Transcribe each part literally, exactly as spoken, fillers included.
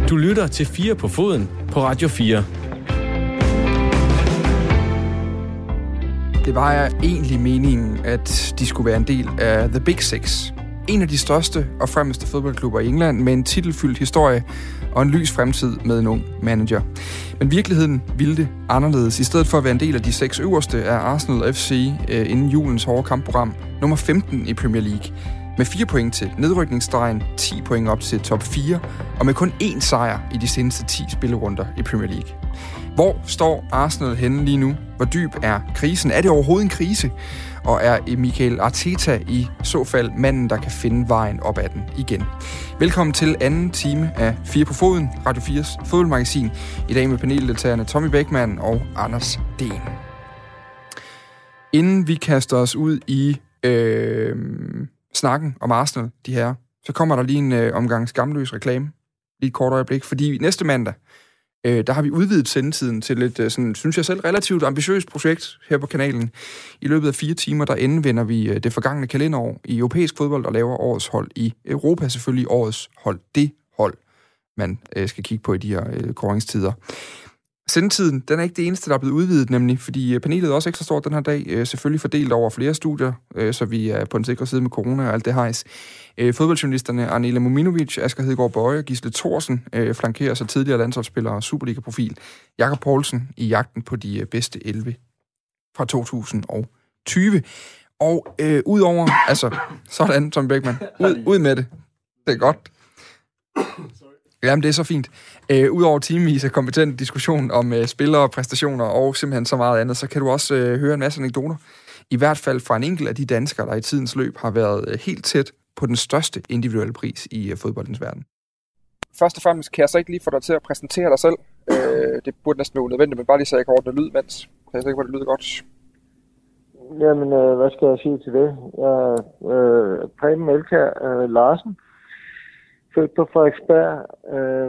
Du lytter til fire på foden på Radio fire. Det var egentlig meningen, at de skulle være en del af The Big Six. En af de største og fremmeste fodboldklubber i England med en titelfyldt historie og en lys fremtid med en ung manager. Men virkeligheden ville det anderledes. I stedet for at være en del af de seks øverste er Arsenal F C øh, inden julens hårde kampprogram nummer femten i Premier League. Med fire point til nedrykningsstregen, ti point op til top fire, og med kun én sejr i de seneste ti spillerunder i Premier League. Hvor står Arsenal henne lige nu? Hvor dyb er krisen? Er det overhovedet en krise? Og er Mikel Arteta i så fald manden, der kan finde vejen op ad den igen? Velkommen til anden time af fire på foden, Radio fires fodboldmagasin. I dag med paneldeltagerne Tommy Bækman og Anders Dehn. Inden vi kaster os ud i øh, snakken om Arsenal, de her, så kommer der lige en øh, omgang skamløs reklame. Lige et kort øjeblik, fordi næste mandag, der har vi udvidet sendetiden til et, sådan, synes jeg selv, relativt ambitiøst projekt her på kanalen. I løbet af fire timer, der endevender vi det forgangne kalenderår i europæisk fodbold og laver årets hold i Europa. Selvfølgelig årets hold. Det hold, man skal kigge på i de her kåringstider. Sendetiden, den er ikke det eneste, der er blevet udvidet, nemlig, fordi panelet er også ekstra stort den her dag, selvfølgelig fordelt over flere studier, så vi er på den sikre side med corona og alt det hejs. Fodboldjournalisterne Arnela Muminovic, Asger Hedegaard Bøje og Gisle Thorsen flankerer sig tidligere landsholdsspiller og Superliga-profil Jakob Poulsen i jagten på de bedste elleve fra to tusind og tyve. Og øh, udover, altså, sådan, Tom Bækman, ud, ud med det. Det er godt. Jamen, det er så fint. Øh, Udover timevis af kompetent diskussion om øh, spillere, præstationer og simpelthen så meget andet, så kan du også øh, høre en masse anekdoter. I hvert fald fra en enkelt af de danskere, der i tidens løb har været øh, helt tæt på den største individuelle pris i øh, fodboldens verden. Først og fremmest kan jeg så ikke lige få dig til at præsentere dig selv. Øh, det burde næsten være unødvendigt, men bare lige så jeg kan ordne lyd, mens. Kan jeg sikkert, hvor det lyder godt? Jamen, øh, hvad skal jeg sige til det? Jeg er øh, Preben Elkjær øh, Larsen. Født på Frederiksberg. Øh,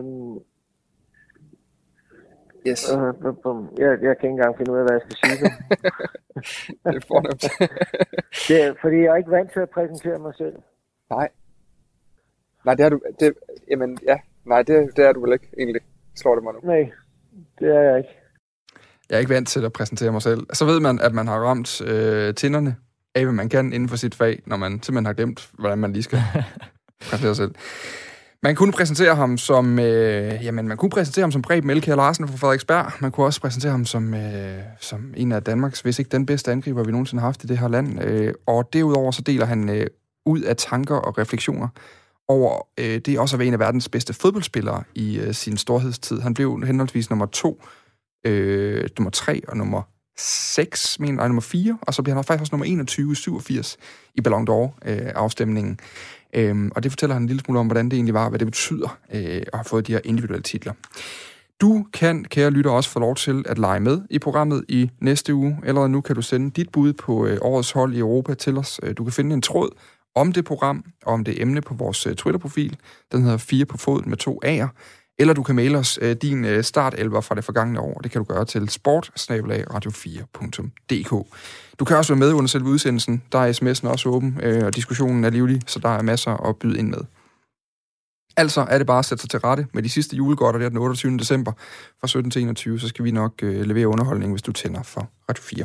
yes. Øh, jeg, jeg kan ikke engang finde ud af, hvad jeg skal sige. Det er fornemt. Det er, fordi jeg er ikke vant til at præsentere mig selv. Nej. Nej, det er du... Det, jamen, ja. Nej, det, det er du vel ikke, egentlig. Slår det mig nu? Nej, det er jeg ikke. Jeg er ikke vant til at præsentere mig selv. Så ved man, at man har ramt øh, tinderne af, hvad man kan inden for sit fag, når man simpelthen har glemt, hvordan man lige skal præsentere sig selv. Man kunne præsentere ham som, øh, jamen, man kunne præsentere ham som Preben Elkjær Larsen fra Frederiksberg. Man kunne også præsentere ham som, øh, som en af Danmarks, hvis ikke den bedste angriber, vi nogensinde har haft i det her land. Øh, og derudover så deler han øh, ud af tanker og refleksioner over øh, det også at være en af verdens bedste fodboldspillere i øh, sin storhedstid. Han blev henholdsvis nummer to, øh, nummer tre og nummer seks, men nej, nummer fire, og så bliver han faktisk også nummer enogtyve i syvogfirs i Ballon d'Or-afstemningen. Øh, Øhm, og det fortæller han en lille smule om, hvordan det egentlig var, hvad det betyder øh, at have fået de her individuelle titler. Du kan, kære lytter, også få lov til at lege med i programmet i næste uge. Allerede nu kan du sende dit bud på øh, årets hold i Europa til os. Du kan finde en tråd om det program og om det emne på vores øh, Twitter-profil. Den hedder fire på foden med to A'er. Eller du kan maile os øh, din øh, startelver fra det forgangne år. Det kan du gøre til sport bindestreg radio fire punktum d k. Du kan også være med under selve udsendelsen. Der er sms'en også åben, øh, og diskussionen er livlig, så der er masser at byde ind med. Altså er det bare at sætte sig til rette med de sidste julegodter, der den otteogtyvende december fra sytten til enogtyve, så skal vi nok øh, levere underholdning, hvis du tænder for Radio fire.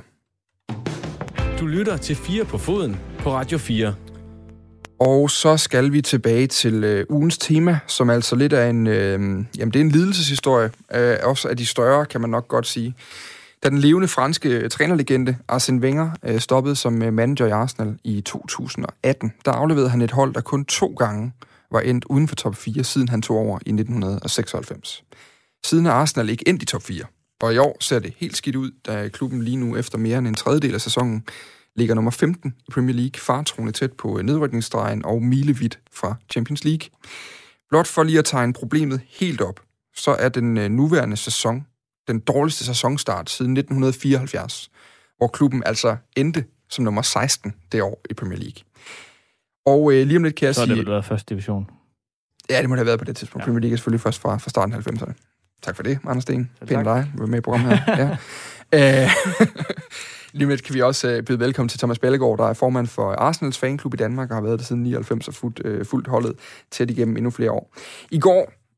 Du lytter til fire på foden på Radio fire. Og så skal vi tilbage til øh, ugens tema, som altså lidt er en, øh, jamen det er en lidelseshistorie, øh, også af de større, kan man nok godt sige. Da den levende franske trænerlegende Arsène Wenger øh, stoppede som manager i Arsenal i to tusind og atten, der afleverede han et hold, der kun to gange var endt uden for top fire, siden han tog over i nitten seksoghalvfems. Siden er Arsenal ikke endt i top fire, og i år ser det helt skidt ud, da klubben lige nu efter mere end en tredjedel af sæsonen ligger nummer femten i Premier League, fartroende tæt på nedrykningsstregen og milevidt fra Champions League. Blot for lige at tegne problemet helt op, så er den nuværende sæson den dårligste sæsonstart siden nitten fireoghalvfjerds, hvor klubben altså endte som nummer seksten det år i Premier League. Og øh, lige om lidt kan jeg sige... Så har det vel været første division? Ja, det må det have været på det tidspunkt. Ja. Premier League er selvfølgelig først fra, fra starten af halvfemserne. Tak for det, Anders Dehn. Pænt dig, du er med i programmet her. Ja. Lige med kan vi også uh, byde velkommen til Thomas Bellegaard, der er formand for Arsenals fanklub i Danmark og har været det siden nioghalvfems og fuldt, uh, fuldt holdet tæt igennem endnu flere år. I går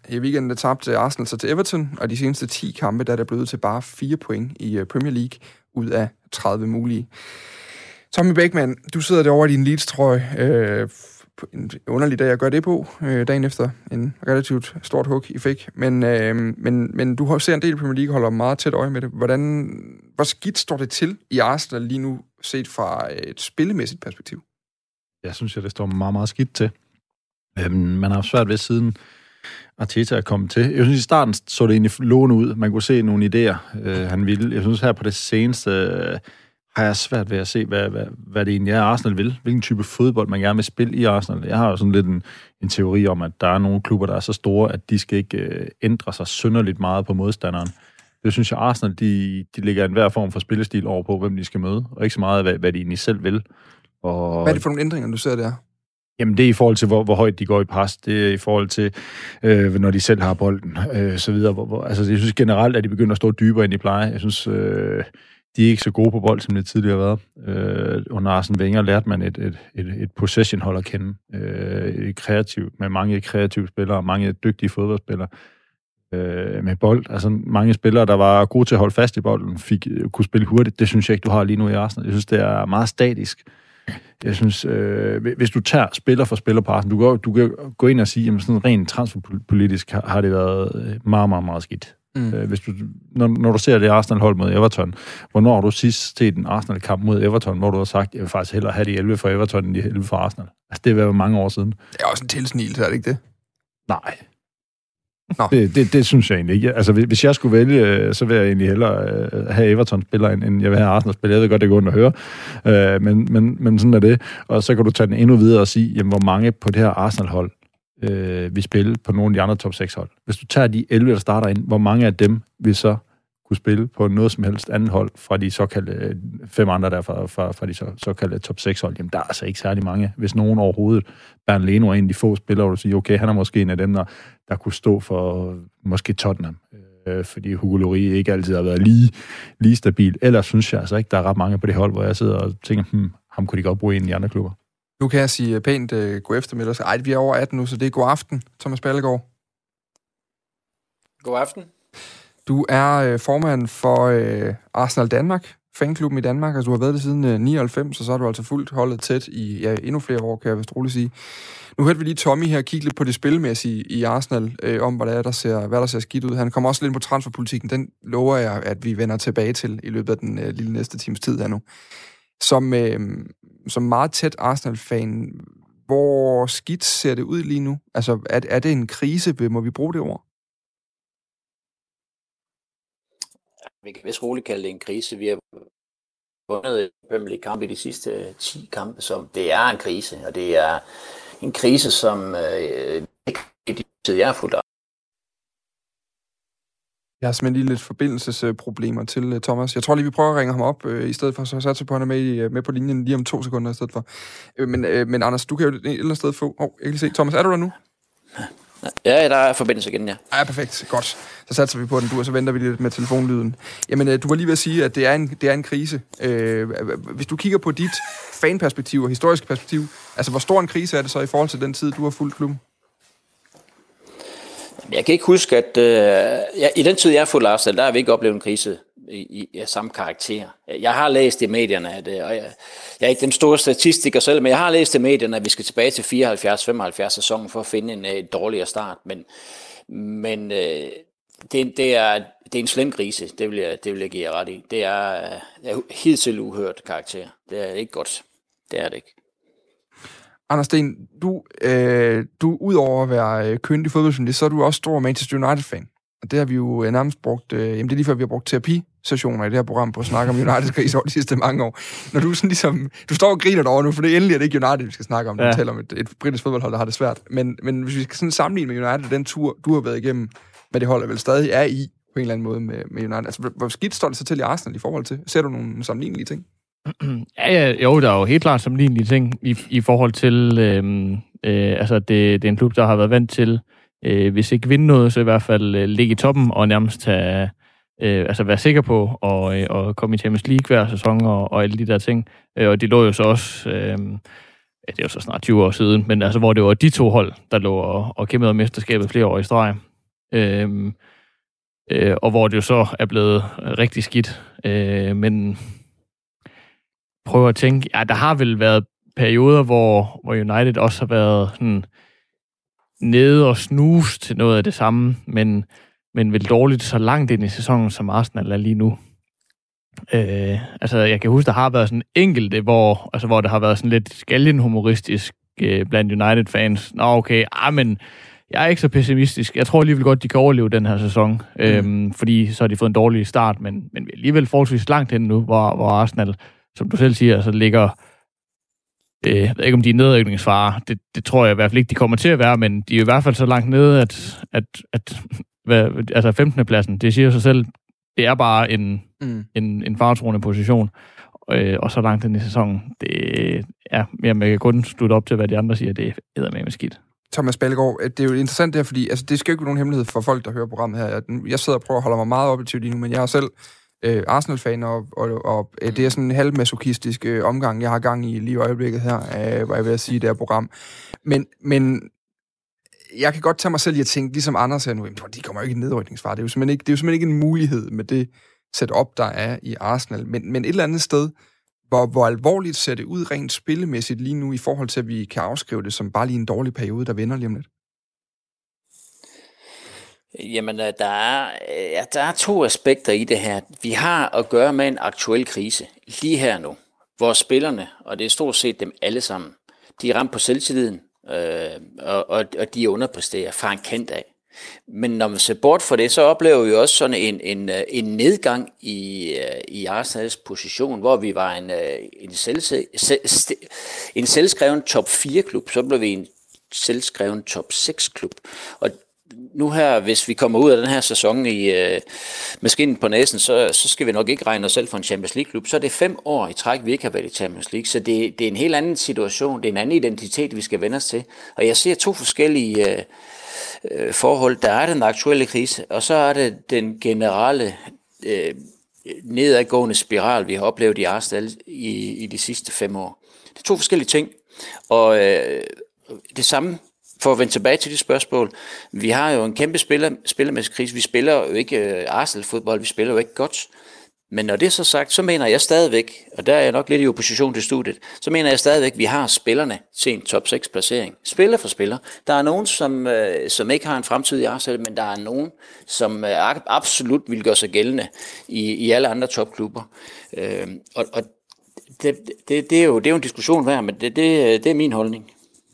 I weekenden der tabte Arsenal så til Everton, og de seneste ti kampe, der er der blevet til bare fire point i Premier League ud af tredive mulige. Tommy Beckmann, du sidder derovre i din Leeds-trøje. Øh, en underlig dag at gøre det på, øh, dagen efter en relativt stort hug, I fik. Men, øh, men, men du ser en del Premier League, holder meget tæt øje med det. Hvordan, hvor skidt står det til i Arsenal lige nu, set fra et spillemæssigt perspektiv? Jeg synes, at det står meget, meget skidt til. Øhm, man har svært ved siden Arteta er kommet til. Jeg synes, i starten så det egentlig lovende ud. Man kunne se nogle idéer, øh, han ville. Jeg synes, her på det seneste øh, har jeg svært ved at se, hvad, hvad, hvad det egentlig er, Arsenal vil. Hvilken type fodbold man gerne vil spille i Arsenal. Jeg har jo sådan lidt en, en teori om, at der er nogle klubber, der er så store, at de skal ikke øh, ændre sig synderligt meget på modstanderen. Det synes jeg, Arsenal, de, de lægger enhver form for spillestil over på, hvem de skal møde, og ikke så meget, hvad, hvad de egentlig selv vil. Og hvad er det for nogle ændringer, du ser der? Jamen, det er i forhold til, hvor, hvor højt de går i pres. Det er i forhold til, øh, når de selv har bolden, øh, så videre. Hvor, hvor, altså, jeg synes generelt, at de begynder at stå dybere, end de plejer. Jeg synes, øh, de er ikke så gode på bold, som det tidligere har været. Øh, under Arsene Wenger lærte man et, et, et, et possession-hold at kende. Øh, kreativt, med mange kreative spillere, mange dygtige fodboldspillere. Øh, med bold. Altså, mange spillere, der var gode til at holde fast i bolden, fik, kunne spille hurtigt. Det synes jeg ikke, du har lige nu i Arsenal. Jeg synes, det er meget statisk. Jeg synes, øh, hvis du tager spiller for spiller på Arsenal, du kan, du kan gå ind og sige, at sådan rent transferpolitisk har, har det været meget, meget, meget skidt. Mm. Øh, hvis du, når, når du ser det Arsenal-hold mod Everton, hvornår har du sidst set en Arsenal-kamp mod Everton, hvor du har sagt, jeg vil faktisk hellere have de elleve for Everton, end de elleve for Arsenal? Altså, det er mange år siden. Det er også en tilsnigelse, er det ikke det? Nej. Det, det, det synes jeg egentlig ikke. Altså, hvis jeg skulle vælge, så vil jeg egentlig hellere have Everton-spillere, end jeg vil have Arsenal-spillere. Jeg ved godt, det går ondt at høre, men, men, men sådan er det. Og så kan du tage den endnu videre og sige, jamen, hvor mange på det her Arsenal-hold øh, vil spille på nogle af de andre top seks hold. Hvis du tager de elleve, der starter ind, hvor mange af dem vil så kunne spille på noget som helst andet hold fra de såkaldte fem andre der fra, fra, fra de så, såkaldte top seks hold. Jamen, der er altså ikke særlig mange. Hvis nogen overhovedet, Bernd Leno er en af de få spillere, hvor du siger, okay, han er måske en af dem, der, der kunne stå for måske Tottenham. Øh, fordi Hugo Lloris ikke altid har været lige, lige stabil. Ellers synes jeg altså ikke, der er ret mange på det hold, hvor jeg sidder og tænker, hmm, ham kunne de godt bruge en i de andre klubber. Nu kan jeg sige pænt uh, god eftermiddag. Ej, vi er over atten nu, så det er god aften, Thomas Ballegaard. God aften. Du er øh, formand for øh, Arsenal Danmark, fanklubben i Danmark. Altså, du har været det siden øh, nioghalvfems, og så har du altså fulgt holdet tæt i ja, endnu flere år, kan jeg vist roligt sige. Nu hørte vi lige Tommy her kigge lidt på det spilmæssige i Arsenal, øh, om hvad der, der ser, hvad der ser skidt ud. Han kommer også lidt på transferpolitikken. Den lover jeg, at vi vender tilbage til i løbet af den øh, lille næste times tid her nu. Som, øh, som meget tæt Arsenal-fan, hvor skidt ser det ud lige nu? Altså, er, er det en krise? Må vi bruge det ord? Vi kan vist roligt kalde det en krise. Vi har vundet Premier League kampe i de sidste ti kampe, som det er en krise, og det er en krise, som øh, ikke i de tid, jeg har fulgt af. Jeg har simpelthen lige lidt forbindelsesproblemer til Thomas. Jeg tror lige, vi prøver at ringe ham op, øh, i stedet for så satse på, at han er med, med på linjen lige om to sekunder i stedet for. Øh, men, øh, men Anders, du kan jo et eller andet sted få... Åh, oh, jeg kan se. Thomas, er du der nu? Ja, der er forbindelse igen, ja. Ja, perfekt. Godt. Så satser vi på den, du, og så venter vi lidt med telefonlyden. Jamen, du var lige ved at sige, at det er en, det er en krise. Øh, hvis du kigger på dit fanperspektiv og historiske perspektiv, altså, hvor stor en krise er det så i forhold til den tid, du har fulgt klubben? Jeg kan ikke huske, at øh, ja, i den tid, jeg har fulgt Arsenal, der har vi ikke oplevet en krise i, i, i samme karakter. Jeg har læst i medierne, at, og jeg, jeg er ikke den store statistiker selv, men jeg har læst i medierne, at vi skal tilbage til fireoghalvfjerds femoghalvfjerds sæsonen for at finde en, en dårligere start. Men, men øh, det, det, er, det er en slem krise, det vil jeg, det vil jeg give jer ret i. Det er, det er hidtil uhørt karakter. Det er ikke godt. Det er det ikke. Anders Sten, du, øh, du udover at være øh, køndig fodboldjournalist, så er du også stor Manchester United-fan. Og det har vi jo nærmest brugt, øh, jamen det er lige før, vi har brugt terapisessioner i det her program på at snakke om Uniteds krise over de sidste mange år. Når du sådan ligesom, du står og griner derovre nu, for det endelig er det ikke United, vi skal snakke om. Ja. Du taler om et, et britisk fodboldhold, der har det svært. Men, men hvis vi skal sådan sammenligne med United, den tur, du har været igennem, hvad det holder vel stadig er i, på en eller anden måde med, med United. Altså, hvor skidt står det så til i Arsenal i forhold til? Ser du nogle sammenlignelige ting? Ja, ja, jo, der er jo helt klart sammenlignelige ting i, i forhold til, øhm, øh, altså det, det er en klub, der har været vant til, øh, hvis ikke vinde noget, så i hvert fald øh, ligge i toppen og nærmest tage, øh, altså være sikker på at øh, og komme i Champions League hver sæson og, og alle de der ting. Øh, og de lå jo så også, øh, ja, det er jo så snart tyve år siden, men altså hvor det var de to hold, der lå og, og kæmpede om mesterskabet flere år i streg. øh, øh, og hvor det jo så er blevet rigtig skidt. Øh, men prøv at tænke, ja, der har vel været perioder, hvor, hvor United også har været sådan nede og snuse til noget af det samme, men, men vel dårligt så langt ind i sæsonen, som Arsenal er lige nu. Øh, altså, jeg kan huske, der har været sådan enkelte, hvor, altså, hvor der har været sådan lidt skaljenhumoristisk øh, blandt United-fans. Nå, okay, ah, men jeg er ikke så pessimistisk. Jeg tror alligevel godt, de kan overleve den her sæson, mm. øhm, fordi så har de fået en dårlig start, men, men vi er alligevel forholdsvis langt hen nu, hvor, hvor Arsenal, som du selv siger, så ligger. Øh, jeg ved ikke, om de er nedrykningsfarer. Det, det tror jeg i hvert fald ikke, de kommer til at være, men de er i hvert fald så langt nede, at, at, at hvad, altså femtende pladsen, det siger sig selv, det er bare en, mm. en, en faretroende position, øh, og så langt den i sæsonen. Det er, jeg kan kun slutte op til, hvad de andre siger, det er eddermame skidt. Thomas Ballegaard, det er jo interessant det her, fordi altså, det skal jo ikke være nogen hemmelighed for folk, der hører programmet her. Jeg sidder og prøver at holde mig meget objektiv lige nu, men jeg er selv øh, Arsenal-fan, og, og, og det er sådan en halvmasochistisk øh, omgang, jeg har gang i lige i øjeblikket her, øh, hvor jeg vil sige, det her program. Men, men jeg kan godt tage mig selv i at tænke, ligesom Anders her nu, de kommer jo ikke i nedrykningsfare. Det er jo simpelthen ikke, det er jo simpelthen ikke en mulighed med det setup, der er i Arsenal. Men, men et eller andet sted, hvor, hvor alvorligt ser det ud rent spillemæssigt lige nu, i forhold til, at vi kan afskrive det som bare lige en dårlig periode, der vender lige om lidt? Jamen, der er, ja, der er to aspekter i det her. Vi har at gøre med en aktuel krise, lige her nu, hvor spillerne, og det er stort set dem alle sammen, de er ramt på selvtilliden, øh, og, og, og de underpresterer fra en kant af. Men når man ser bort fra det, så oplever vi også sådan en, en, en nedgang i, i Arsenals position, hvor vi var en, en, selv, selv, en selvskreven top fire klub, så blev vi en selvskreven top seks klub. Og nu her, hvis vi kommer ud af den her sæson i øh, maskinen på næsen, så, så skal vi nok ikke regne os selv for en Champions League-klub. Så er det fem år i træk, vi ikke har været i Champions League. Så det, det er en helt anden situation, det er en anden identitet, vi skal vende os til. Og jeg ser to forskellige øh, øh, forhold. Der er den aktuelle krise, og så er det den generelle øh, nedadgående spiral, vi har oplevet i Arsenal i, i de sidste fem år. Det er to forskellige ting, og øh, det samme. For at vende tilbage til de spørgsmål, vi har jo en kæmpe spiller, spillermæssig krise. Vi spiller jo ikke Arsenal-fodbold, vi spiller jo ikke godt. Men når det er så sagt, så mener jeg stadigvæk, og der er jeg nok lidt i opposition til studiet, så mener jeg stadigvæk, at vi har spillerne til en top seks placering. Spiller for spiller. Der er nogen, som, øh, som ikke har en fremtid i Arsenal, men der er nogen, som øh, absolut vil gøre sig gældende i, i alle andre topklubber. Øh, og og det, det, det, er jo, det er jo en diskussion værd, men det, det, det er min holdning.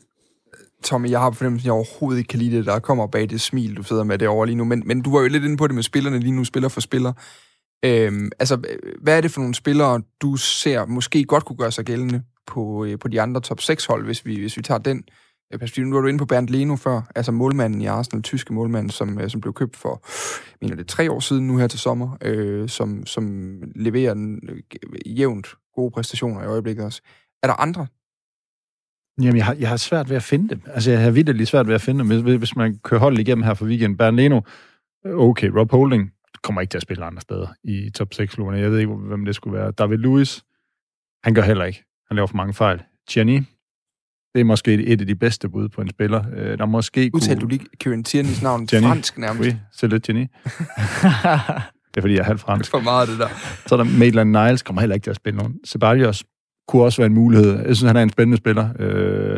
Tommy, jeg har fornemmelsen, at jeg overhovedet ikke kan lide det, der kommer bag det smil, du sidder med derovre lige nu. Men, men du var jo lidt inde på det med spillerne lige nu, spiller for spiller. Øhm, altså, hvad er det for nogle spillere, du ser måske godt kunne gøre sig gældende på, på de andre top seks hold, hvis vi, hvis vi tager den perspektiv? Nu var du inde på Bernd Leno før, altså målmanden i Arsenal, tyske målmand, som, som blev købt for, jeg mener det, tre år siden nu her til sommer, øh, som, som leverer en, øh, jævnt gode præstationer i øjeblikket også. Er der andre? Jamen, jeg har, jeg har svært ved at finde dem. Altså, jeg har vitterligt svært ved at finde dem. Hvis, hvis man kører holdet igennem her for weekenden. Bernd Leno, okay, Rob Holding kommer ikke til at spille andre steder i top seks-klubberne. Jeg ved ikke, hvem det skulle være. David Luiz, han gør heller ikke. Han laver for mange fejl. Tierney, det er måske et af de bedste bud på en spiller. Der måske kunne... Udtalte du lige Kieran Tierney's navn Tierney. Fransk nærmest? Oui, c'est le Tierney. Det er fordi, jeg er halv fransk. For meget det der. Så er der Maitland Niles, kommer heller ikke til at spille nogen. Ceballos kunne også være en mulighed. Jeg synes, han er en spændende spiller. Øh,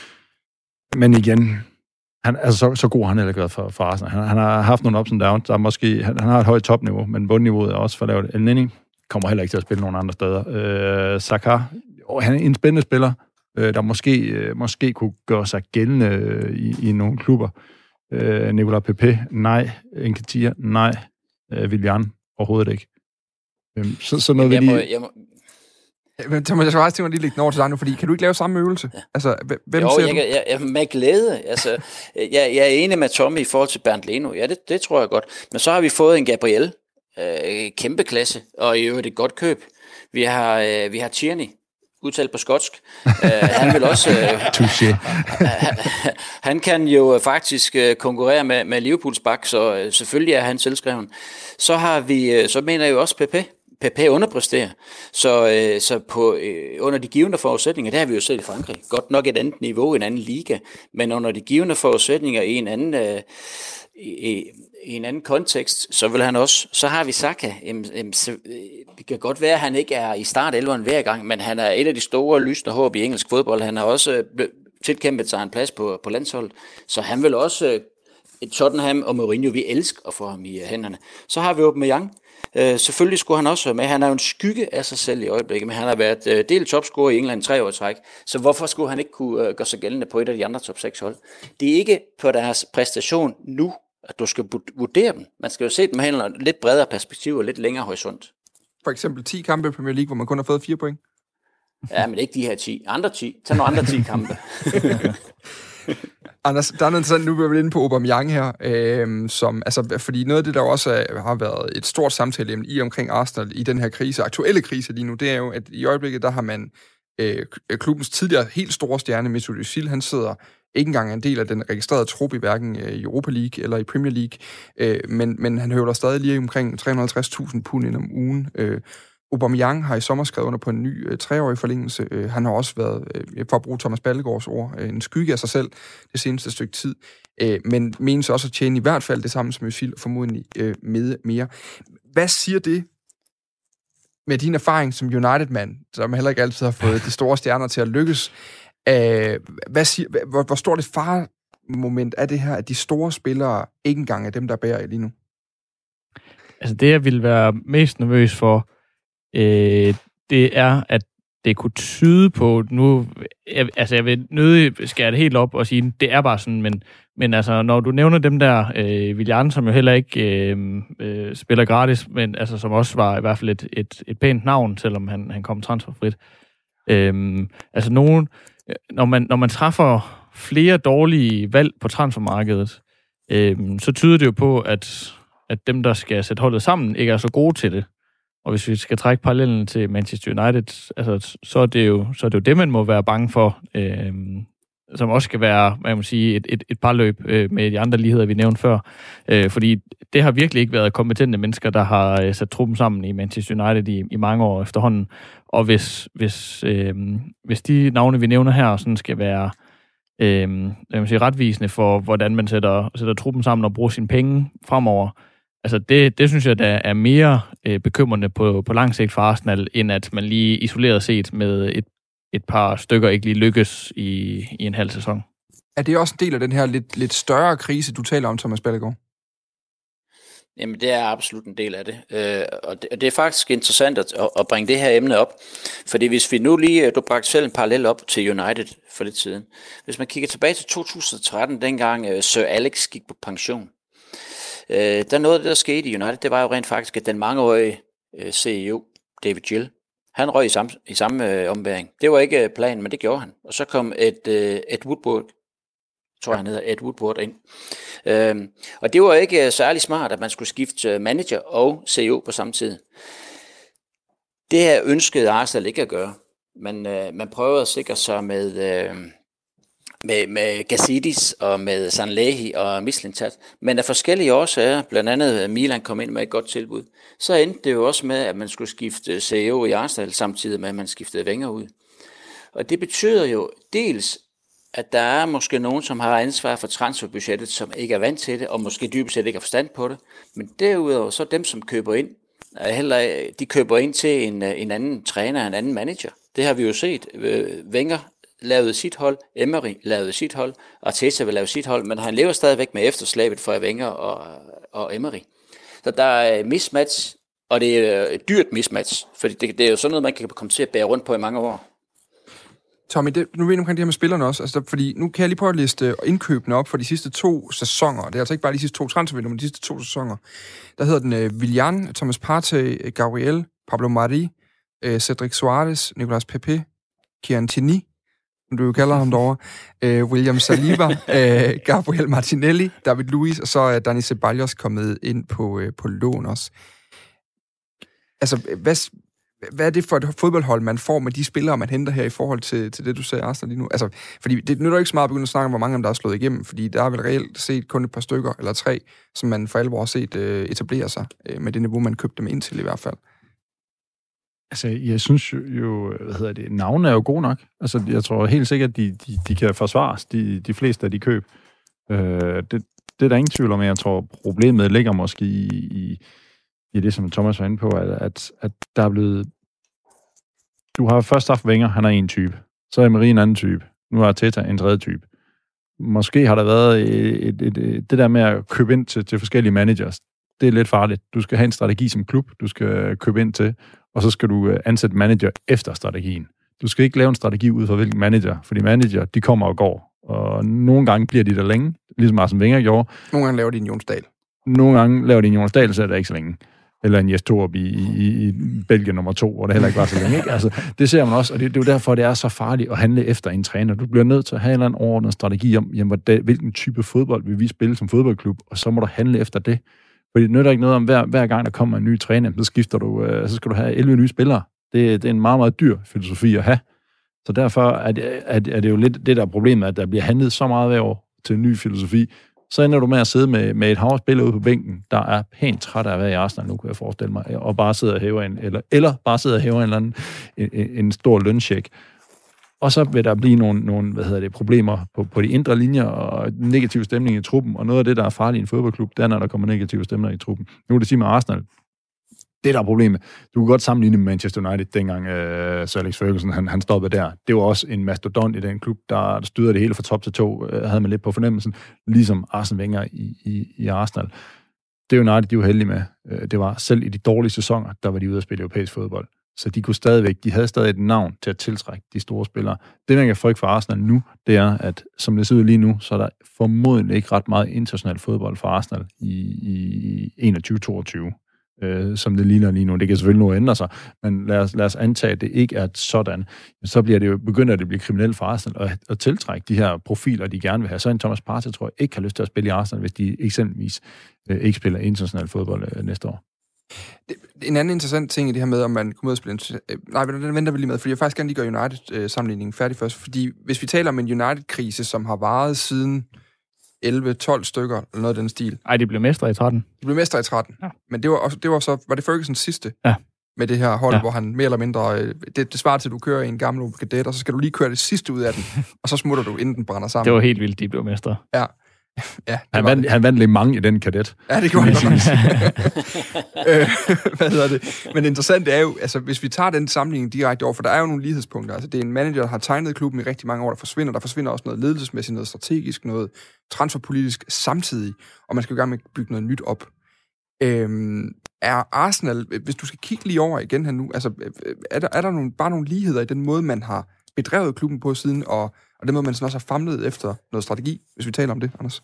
men igen, han, altså, så, så god har han heller været for, for Arsenal. Han, han har haft nogle ups and downs. Der er måske, han, han har et højt topniveau, men bundniveauet er også for lavt. El Neni kommer heller ikke til at spille nogen andre steder. Øh, Saka, han er en spændende spiller, øh, der måske, øh, måske kunne gøre sig gældende øh, i, i nogle klubber. Øh, Nicolas Pepe, nej. Nketiah, nej. Øh, Willian, overhovedet ikke. Øh, så, så noget jeg, ved må, de... jeg må Men Thomas, jeg skal faktisk tænke mig lige lægge den over til dig nu, fordi kan du ikke lave samme øvelse? Ja. Altså, hvem jo, ser jeg, du? Jeg, jeg, med glæde. Altså, jeg, jeg er enig med Tommy i forhold til Bernd Leno. Ja, det, det tror jeg godt. Men så har vi fået en Gabriel. Øh, kæmpe klasse. Og i øvrigt et godt køb. Vi har, øh, vi har Tierney. Udtalt på skotsk. Øh, han vil også... Øh, han, han kan jo faktisk konkurrere med, med Liverpools bak, så øh, selvfølgelig er han selvskreven. Så har vi... Så mener jeg jo også Pepe. P P underpresterer. Så, øh, så på, øh, under de givende forudsætninger, det har vi jo set i Frankrig, godt nok et andet niveau, en anden liga, men under de givende forudsætninger i en anden, øh, i, i en anden kontekst, så vil han også, så har vi Saka. Jamen, jamen, så, øh, det kan godt være, at han ikke er i startelveren hver gang, men han er et af de store lysende håb i engelsk fodbold. Han har også øh, tilkæmpet sig en plads på, på landsholdet, så han vil også, øh, Tottenham og Mourinho, vi elsker at få ham i hænderne. Så har vi Aubameyang. Øh, selvfølgelig skulle han også være med. Han er jo en skygge af sig selv i øjeblikket, men han har været øh, del topscorer i England tre år i træk. Så hvorfor skulle han ikke kunne øh, gøre sig gældende på et af de andre top seks hold? Det er ikke på deres præstation nu, at du skal vurdere dem. Man skal jo se dem med lidt bredere perspektiv og lidt længere horisont. For eksempel ti kampe i Premier League, hvor man kun har fået fire point. Ja, men ikke de her ti. Andre ti. Tag nogle andre ti kampe. Anders, der er noget sådan, nu er vi inde på Aubameyang her, øh, som, altså, fordi noget af det, der også er, har været et stort samtaleemne i omkring Arsenal i den her krise, aktuelle krise lige nu, det er jo, at i øjeblikket, der har man øh, klubbens tidligere helt store stjerne, Mesut Özil, han sidder ikke engang en del af den registrerede trup i hverken i Europa League eller i Premier League, øh, men, men han høvler stadig lige omkring tre hundrede og halvtreds tusind pund ind om ugen. Øh, Aubameyang har i sommer skrevet under på en ny øh, treårig forlængelse. Øh, han har også været, øh, for at bruge Thomas Ballegårds ord, øh, en skygge af sig selv det seneste stykke tid, øh, men menes også at tjene i hvert fald det samme som Özil, formodentlig øh, med mere. Hvad siger det med din erfaring som United-mand, som heller ikke altid har fået de store stjerner til at lykkes? Øh, hvad siger, hvor, hvor stort et faremoment er det her, at de store spillere ikke engang er dem, der bærer lige nu? Altså det, jeg ville være mest nervøs for, øh, det er, at det kunne tyde på, nu, jeg, altså jeg vil nødig skære det helt op og sige, det er bare sådan, men, men altså, når du nævner dem der, øh, Willian, som jo heller ikke øh, øh, spiller gratis, men altså, som også var i hvert fald et, et, et pænt navn, selvom han, han kom transferfrit. Øh, altså nogen, når man, når man træffer flere dårlige valg på transfermarkedet, øh, så tyder det jo på, at, at dem, der skal sætte holdet sammen, ikke er så gode til det. Og hvis vi skal trække parallellen til Manchester United, altså, så, er det jo, så er det jo det, man må være bange for, øh, som også skal være, hvad man sige, et, et, et parløb øh, med de andre ligheder, vi nævnte før. Øh, fordi det har virkelig ikke været kompetente mennesker, der har øh, sat truppen sammen i Manchester United i, i mange år efterhånden. Og hvis, hvis, øh, hvis de navne, vi nævner her, sådan skal være øh, hvad man siger, retvisende for, hvordan man sætter, sætter truppen sammen og bruger sine penge fremover, altså det, det synes jeg, der er mere øh, bekymrende på, på lang sigt for Arsenal, end at man lige isoleret set med et, et par stykker ikke lige lykkes i, i en halv sæson. Er det også en del af den her lidt, lidt større krise, du taler om, Thomas Ballegård? Jamen, det er absolut en del af det. Øh, og det, det er faktisk interessant at, at bringe det her emne op. Fordi hvis vi nu lige, du bragte selv en parallel op til United for lidt siden. Hvis man kigger tilbage til to tusind og tretten, dengang uh, Sir Alex gik på pension, uh, der noget af det, der skete i United, det var jo rent faktisk, at den mangeårige uh, C E O, David Gill, han røg i samme, i samme uh, ombæring. Det var ikke uh, planen, men det gjorde han. Og så kom et, uh, et Woodward, tror jeg han hedder, Ed Woodward ind. Øhm, og det var ikke særlig smart, at man skulle skifte manager og C E O på samme tid. Det her ønskede Arsenal ikke at gøre. Man, øh, man prøvede at sikre sig med, øh, med, med Gazidis og med Sanlehi og Mislintat. Men af forskellige årsager, blandt andet Milan kom ind med et godt tilbud, så endte det jo også med, at man skulle skifte C E O i Arsenal, samtidig med, at man skiftede Wenger ud. Og det betyder jo dels, at der er måske nogen, som har ansvar for transferbudgettet, som ikke er vant til det, og måske dybest set ikke har forstand på det. Men derudover, så dem, som køber ind, heller, de køber ind til en, en anden træner, en anden manager. Det har vi jo set. Wenger lavede sit hold, Emery lavede sit hold, Arteta vil lave sit hold, men han lever stadigvæk med efterslæbet for Wenger og, og Emery. Så der er mismatch, og det er et dyrt mismatch, for det, det er jo sådan noget, man kan komme til at bære rundt på i mange år. Tommy, det, nu er vi omkring det her med spillerne også, altså, fordi nu kan jeg lige prøve at liste indkøbene op for de sidste to sæsoner. Det er altså ikke bare de sidste to transfervinduer, men de sidste to sæsoner. Der hedder den uh, Willian, Thomas Partey, Gabriel, Pablo Mari, uh, Cedric Suarez, Nicolas Pepe, Kieran Tierney, som du jo kalder ham derovre, uh, William Saliba, uh, Gabriel Martinelli, David Luiz, og så er Dani Ceballos kommet ind på, uh, på lån også. Altså, hvad... Hvad er det for et fodboldhold, man får med de spillere, man henter her i forhold til, til det, du sagde, Arsenal, lige nu? Altså, fordi det nytter ikke så meget at begynde at snakke om, hvor mange af dem, der er slået igennem, fordi der er vel reelt set kun et par stykker, eller tre, som man for alvor har set øh, etablere sig, øh, med det niveau, man købte dem ind til i hvert fald. Altså, jeg synes jo, hvad hedder det, navnene er jo gode nok. Altså, jeg tror helt sikkert, at de, de, de kan forsvares, de, de fleste af de køb. Øh, det, det er der ingen tvivl om, jeg tror, problemet ligger måske i, i, i det, som Thomas var inde på, at, at, at der er blevet... Du har først haft Wenger, han er en type. Så er Emery en anden type. Nu har Teta en tredje type. Måske har der været et, et, et, et, det der med at købe ind til, til forskellige managers. Det er lidt farligt. Du skal have en strategi som klub, du skal købe ind til, og så skal du ansætte manager efter strategien. Du skal ikke lave en strategi ud fra hvilken manager, fordi manager, de kommer og går. Og nogle gange bliver de der længe, ligesom Arsene Wenger gjorde. Nogle gange laver de en Jonas Dahl. Nogle gange laver de en Jonas Dahl, så er det ikke så længe. Eller en Jes Torup i, i, i Belgien nummer to, hvor det heller ikke var så længe. Ikke? Altså, det ser man også, og det, det er jo derfor, det er så farligt at handle efter en træner. Du bliver nødt til at have en eller anden overordnet strategi om, jamen, hvilken type fodbold vil vi spille som fodboldklub, og så må du handle efter det. Fordi det nytter ikke noget om, hver, hver gang der kommer en ny træner, så skifter du, øh, så skal du have elleve nye spillere. Det, det er en meget, meget dyr filosofi at have. Så derfor er det, er, er det jo lidt det, der er problemet, at der bliver handlet så meget hver år til en ny filosofi. Så ender du med at sidde med, med et hav spiller ude på bænken, der er pænt træt af at være i Arsenal, nu kan jeg forestille mig, og bare sidder og hæver en, eller, eller bare sidder og hæver en eller anden, en, en stor løncheck. Og så vil der blive nogle, nogle hvad hedder det, problemer på, på de indre linjer, og negativ stemning i truppen, og noget af det, der er farligt i en fodboldklub, det er, når der kommer negative stemninger i truppen. Nu vil det sige med Arsenal, det der er problemet. Du kan godt sammenligne med Manchester United, dengang uh, Sir Alex Ferguson, han, han stoppede der. Det var også en mastodont i den klub, der styrede det hele fra top til to, uh, havde man lidt på fornemmelsen, ligesom Arsene Wenger i, i, i Arsenal. Det United, de var heldige med. Uh, det var selv i de dårlige sæsoner, der var de ude at spille europæisk fodbold. Så de kunne stadigvæk, de havde stadig et navn til at tiltrække de store spillere. Det, man kan frygte for Arsenal nu, det er, at som det ser ud lige nu, så er der formodentlig ikke ret meget international fodbold for Arsenal i, i enogtyve toogtyve. Øh, som det ligner lige nu. Det kan selvfølgelig nu ændre sig, men lad os, lad os antage, at det ikke er sådan. Så bliver det jo, begynder det at blive kriminelt for Arsenal at, at tiltrække de her profiler, de gerne vil have. Så en Thomas Partey, tror jeg, ikke har lyst til at spille i Arsenal, hvis de eksempelvis øh, ikke spiller international fodbold øh, næste år. Det, en anden interessant ting i det her med, om man kommer ud og spille... Øh, nej, den venter vi lige med, fordi jeg faktisk gerne lige gør United-sammenligningen færdig først, fordi hvis vi taler om en United-krise, som har varet siden elleve tolv stykker, eller noget af den stil. Ej, de blev mestre i tretten. De blev mestre i tretten. Ja. Men det var, også, det var så... Var det Fergusons sidste? Ja. Med det her hold, ja. hvor han mere eller mindre... Det, det svarer til, at du kører i en gammel Opel Kadett, og så skal du lige køre det sidste ud af den, og så smutter du, inden den brænder sammen. Det var helt vildt, de blev mestre. Ja. Ja, han, vandt, han vandt lidt mange i den kadet. Ja, det gjorde han faktisk. øh, hvad hedder det? Men det interessante er jo, altså hvis vi tager den sammenligning direkte over, for der er jo nogle lighedspunkter. Altså det er en manager, der har tegnet klubben i rigtig mange år, der forsvinder. Der forsvinder også noget ledelsesmæssigt, noget strategisk, noget transferpolitisk samtidig, og man skal jo gerne med at bygge noget nyt op. Øhm, er Arsenal, hvis du skal kigge lige over igen her nu, altså er der, er der nogle, bare nogle ligheder i den måde, man har bedrevet klubben på siden, og, og den måde, man sådan også har famlet efter noget strategi, hvis vi taler om det, Anders?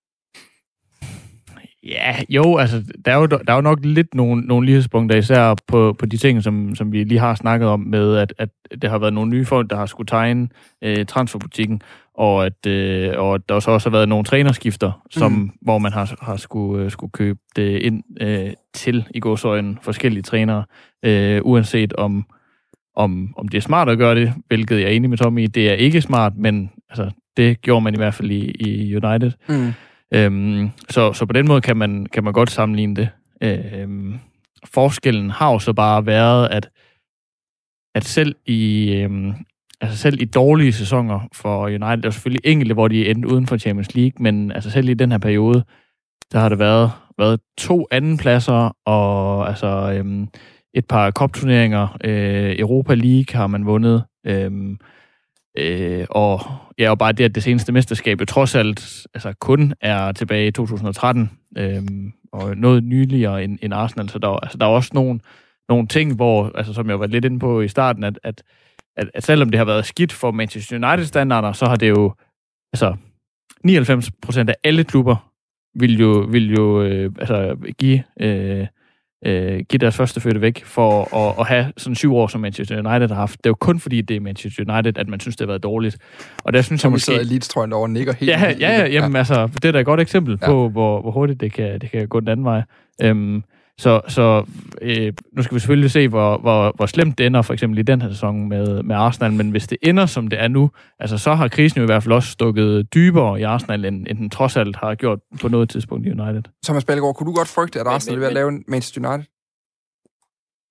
Ja, jo, altså, der er jo, der er jo nok lidt nogle, nogle lighedspunkter, især på, på de ting, som, som vi lige har snakket om, med at, at det har været nogle nye folk, der har skulle tegne øh, transferbutikken, og at øh, og der så også har været nogle trænerskifter, som, mm. hvor man har, har skulle, øh, skulle købe det ind øh, til, i gåseøjne, forskellige trænere, øh, uanset om, om, om det er smart at gøre det, hvilket jeg er enig med Tommy i, det er ikke smart, men altså, det gjorde man i hvert fald i, i United. Mm. Øhm, så, så på den måde kan man, kan man godt sammenligne det. Øhm, forskellen har jo så bare været, at, at selv i øhm, altså selv i dårlige sæsoner for United, der er selvfølgelig enkelte, hvor de endte uden for Champions League, men altså selv i den her periode, der har det været, været to andenpladser og altså øhm, et par cup-turneringer. Øh, Europa League har man vundet. Øhm, Øh, og ja, og bare det, at det seneste mesterskab jo trods alt altså kun er tilbage i to tusind og tretten, øh, og noget nyligere end, end Arsenal, så der, altså, der er også nogle, nogle ting, hvor, altså, som jeg var lidt inde på i starten, at, at, at, at selvom det har været skidt for Manchester United-standarder, så har det jo, altså nioghalvfems procent af alle klubber vil jo, vil jo øh, altså, give... Øh, Øh, give deres første fødte væk for at, at have sådan syv år, som Manchester United har haft. Det er jo kun fordi, det er Manchester United, at man synes, det har været dårligt. Og der synes som jeg måske... Som vi sidder over og nikker helt... Ja, ja, ja, jamen, ja. Altså, det er da et godt eksempel ja. på, hvor, hvor hurtigt det kan, det kan gå den anden vej. Øhm, så så øh, nu skal vi selvfølgelig se, hvor, hvor, hvor slemt det ender, for eksempel i den her sæson med, med Arsenal, men hvis det ender, som det er nu, altså, så har krisen jo i hvert fald også stukket dybere i Arsenal, end, end den trods alt har gjort på noget tidspunkt i United. Thomas Ballegaard, kunne du godt frygte, at Arsenal vil lave en Manchester United?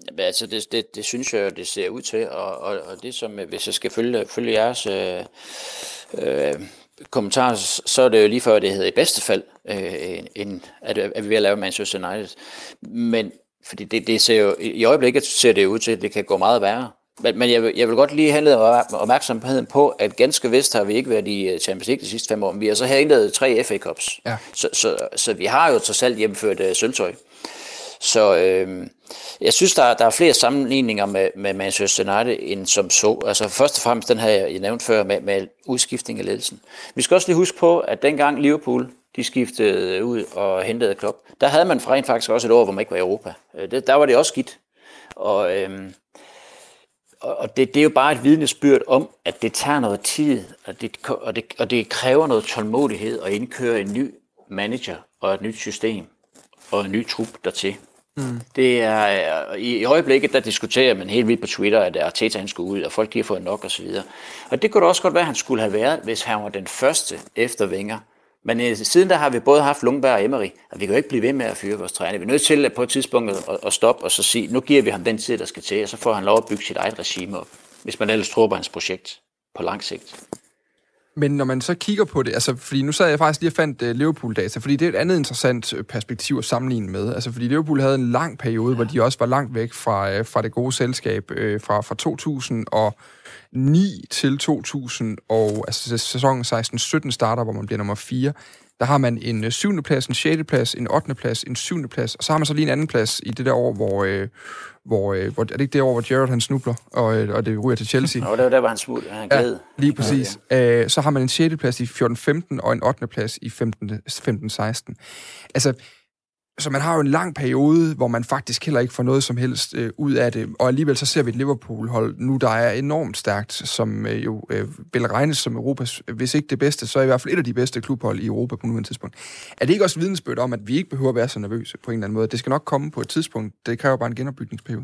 Altså, det, det, det synes jeg, det ser ud til, og, og, og det som, hvis jeg skal følge, følge jeres øh, øh, kommentarer, så er det jo lige før, det hedder i bedste fald, øh, en, at, at vi vil lave Manchester United. Men, fordi det, det ser jo, i øjeblikket ser det ud til, at det kan gå meget værre. Men, men jeg, vil, jeg vil godt lige henlede opmærksomheden på, at ganske vist har vi ikke været i Champions League de sidste fem år, men vi har så her indladet tre F A Cups. Ja. Så, så, så vi har jo trods alt hjemført uh, sølvtøj. Så øh, jeg synes, der, der er flere sammenligninger med, med Manchester United end som så. Altså først og fremmest den her, jeg nævnte før, med, med udskiftning af ledelsen. Vi skal også lige huske på, at dengang Liverpool de skiftede ud og hentede Klopp, der havde man rent faktisk også et år, hvor man ikke var i Europa. Det, der var det også skidt. Og, øh, og det, det er jo bare et vidnesbyrd om, at det tager noget tid, og det, og det, og det kræver noget tålmodighed at indkøre en ny manager og et nyt system og en ny trup dertil. Mm. Det er, i øjeblikket, der diskuterer man helt vildt på Twitter, at Arteta han skulle ud, og folk de har fået nok og så videre. Og det kunne da også godt være, at han skulle have været, hvis han var den første efter Wenger. Men øh, siden der har vi både haft Ljungberg og Emery, og vi kan jo ikke blive ved med at fyre vores træner. Vi er nødt til at på et tidspunkt at, at stoppe og så sige, nu giver vi ham den tid, der skal til, og så får han lov at bygge sit eget regime op, hvis man ellers tror på hans projekt på lang sigt. Men når man så kigger på det, altså fordi nu sad jeg faktisk lige og fandt uh, Liverpool-data, fordi det er et andet interessant perspektiv at sammenligne med. Altså fordi Liverpool havde en lang periode, hvor de også var langt væk fra, uh, fra det gode selskab, uh, fra, fra to tusind og ni til to tusind, og altså sæsonen seksten sytten starter, hvor man bliver nummer fire. Der har man en syvende plads, en sjette plads, en ottende plads, en syvende plads, og så har man så lige en anden plads i det der år, hvor, øh, hvor, øh, hvor er det ikke det år, hvor Gerrard han snubler, og, øh, og det ryger til Chelsea. Og det var der, hvor han smuttede, han glæde. Ja, lige præcis. Ja, ja. Øh, så har man en sjette plads i fjorten femten, og en ottende plads i femten seksten. Altså, så man har jo en lang periode, hvor man faktisk heller ikke får noget som helst øh, ud af det, og alligevel så ser vi et Liverpool-hold nu, der er enormt stærkt, som øh, jo øh, vil regnes som Europas, hvis ikke det bedste, så er i hvert fald et af de bedste klubhold i Europa på nuværende tidspunkt. Er det ikke også vidnesbyrd om, at vi ikke behøver at være så nervøse på en eller anden måde? Det skal nok komme på et tidspunkt. Det kræver bare en genopbygningsperiode.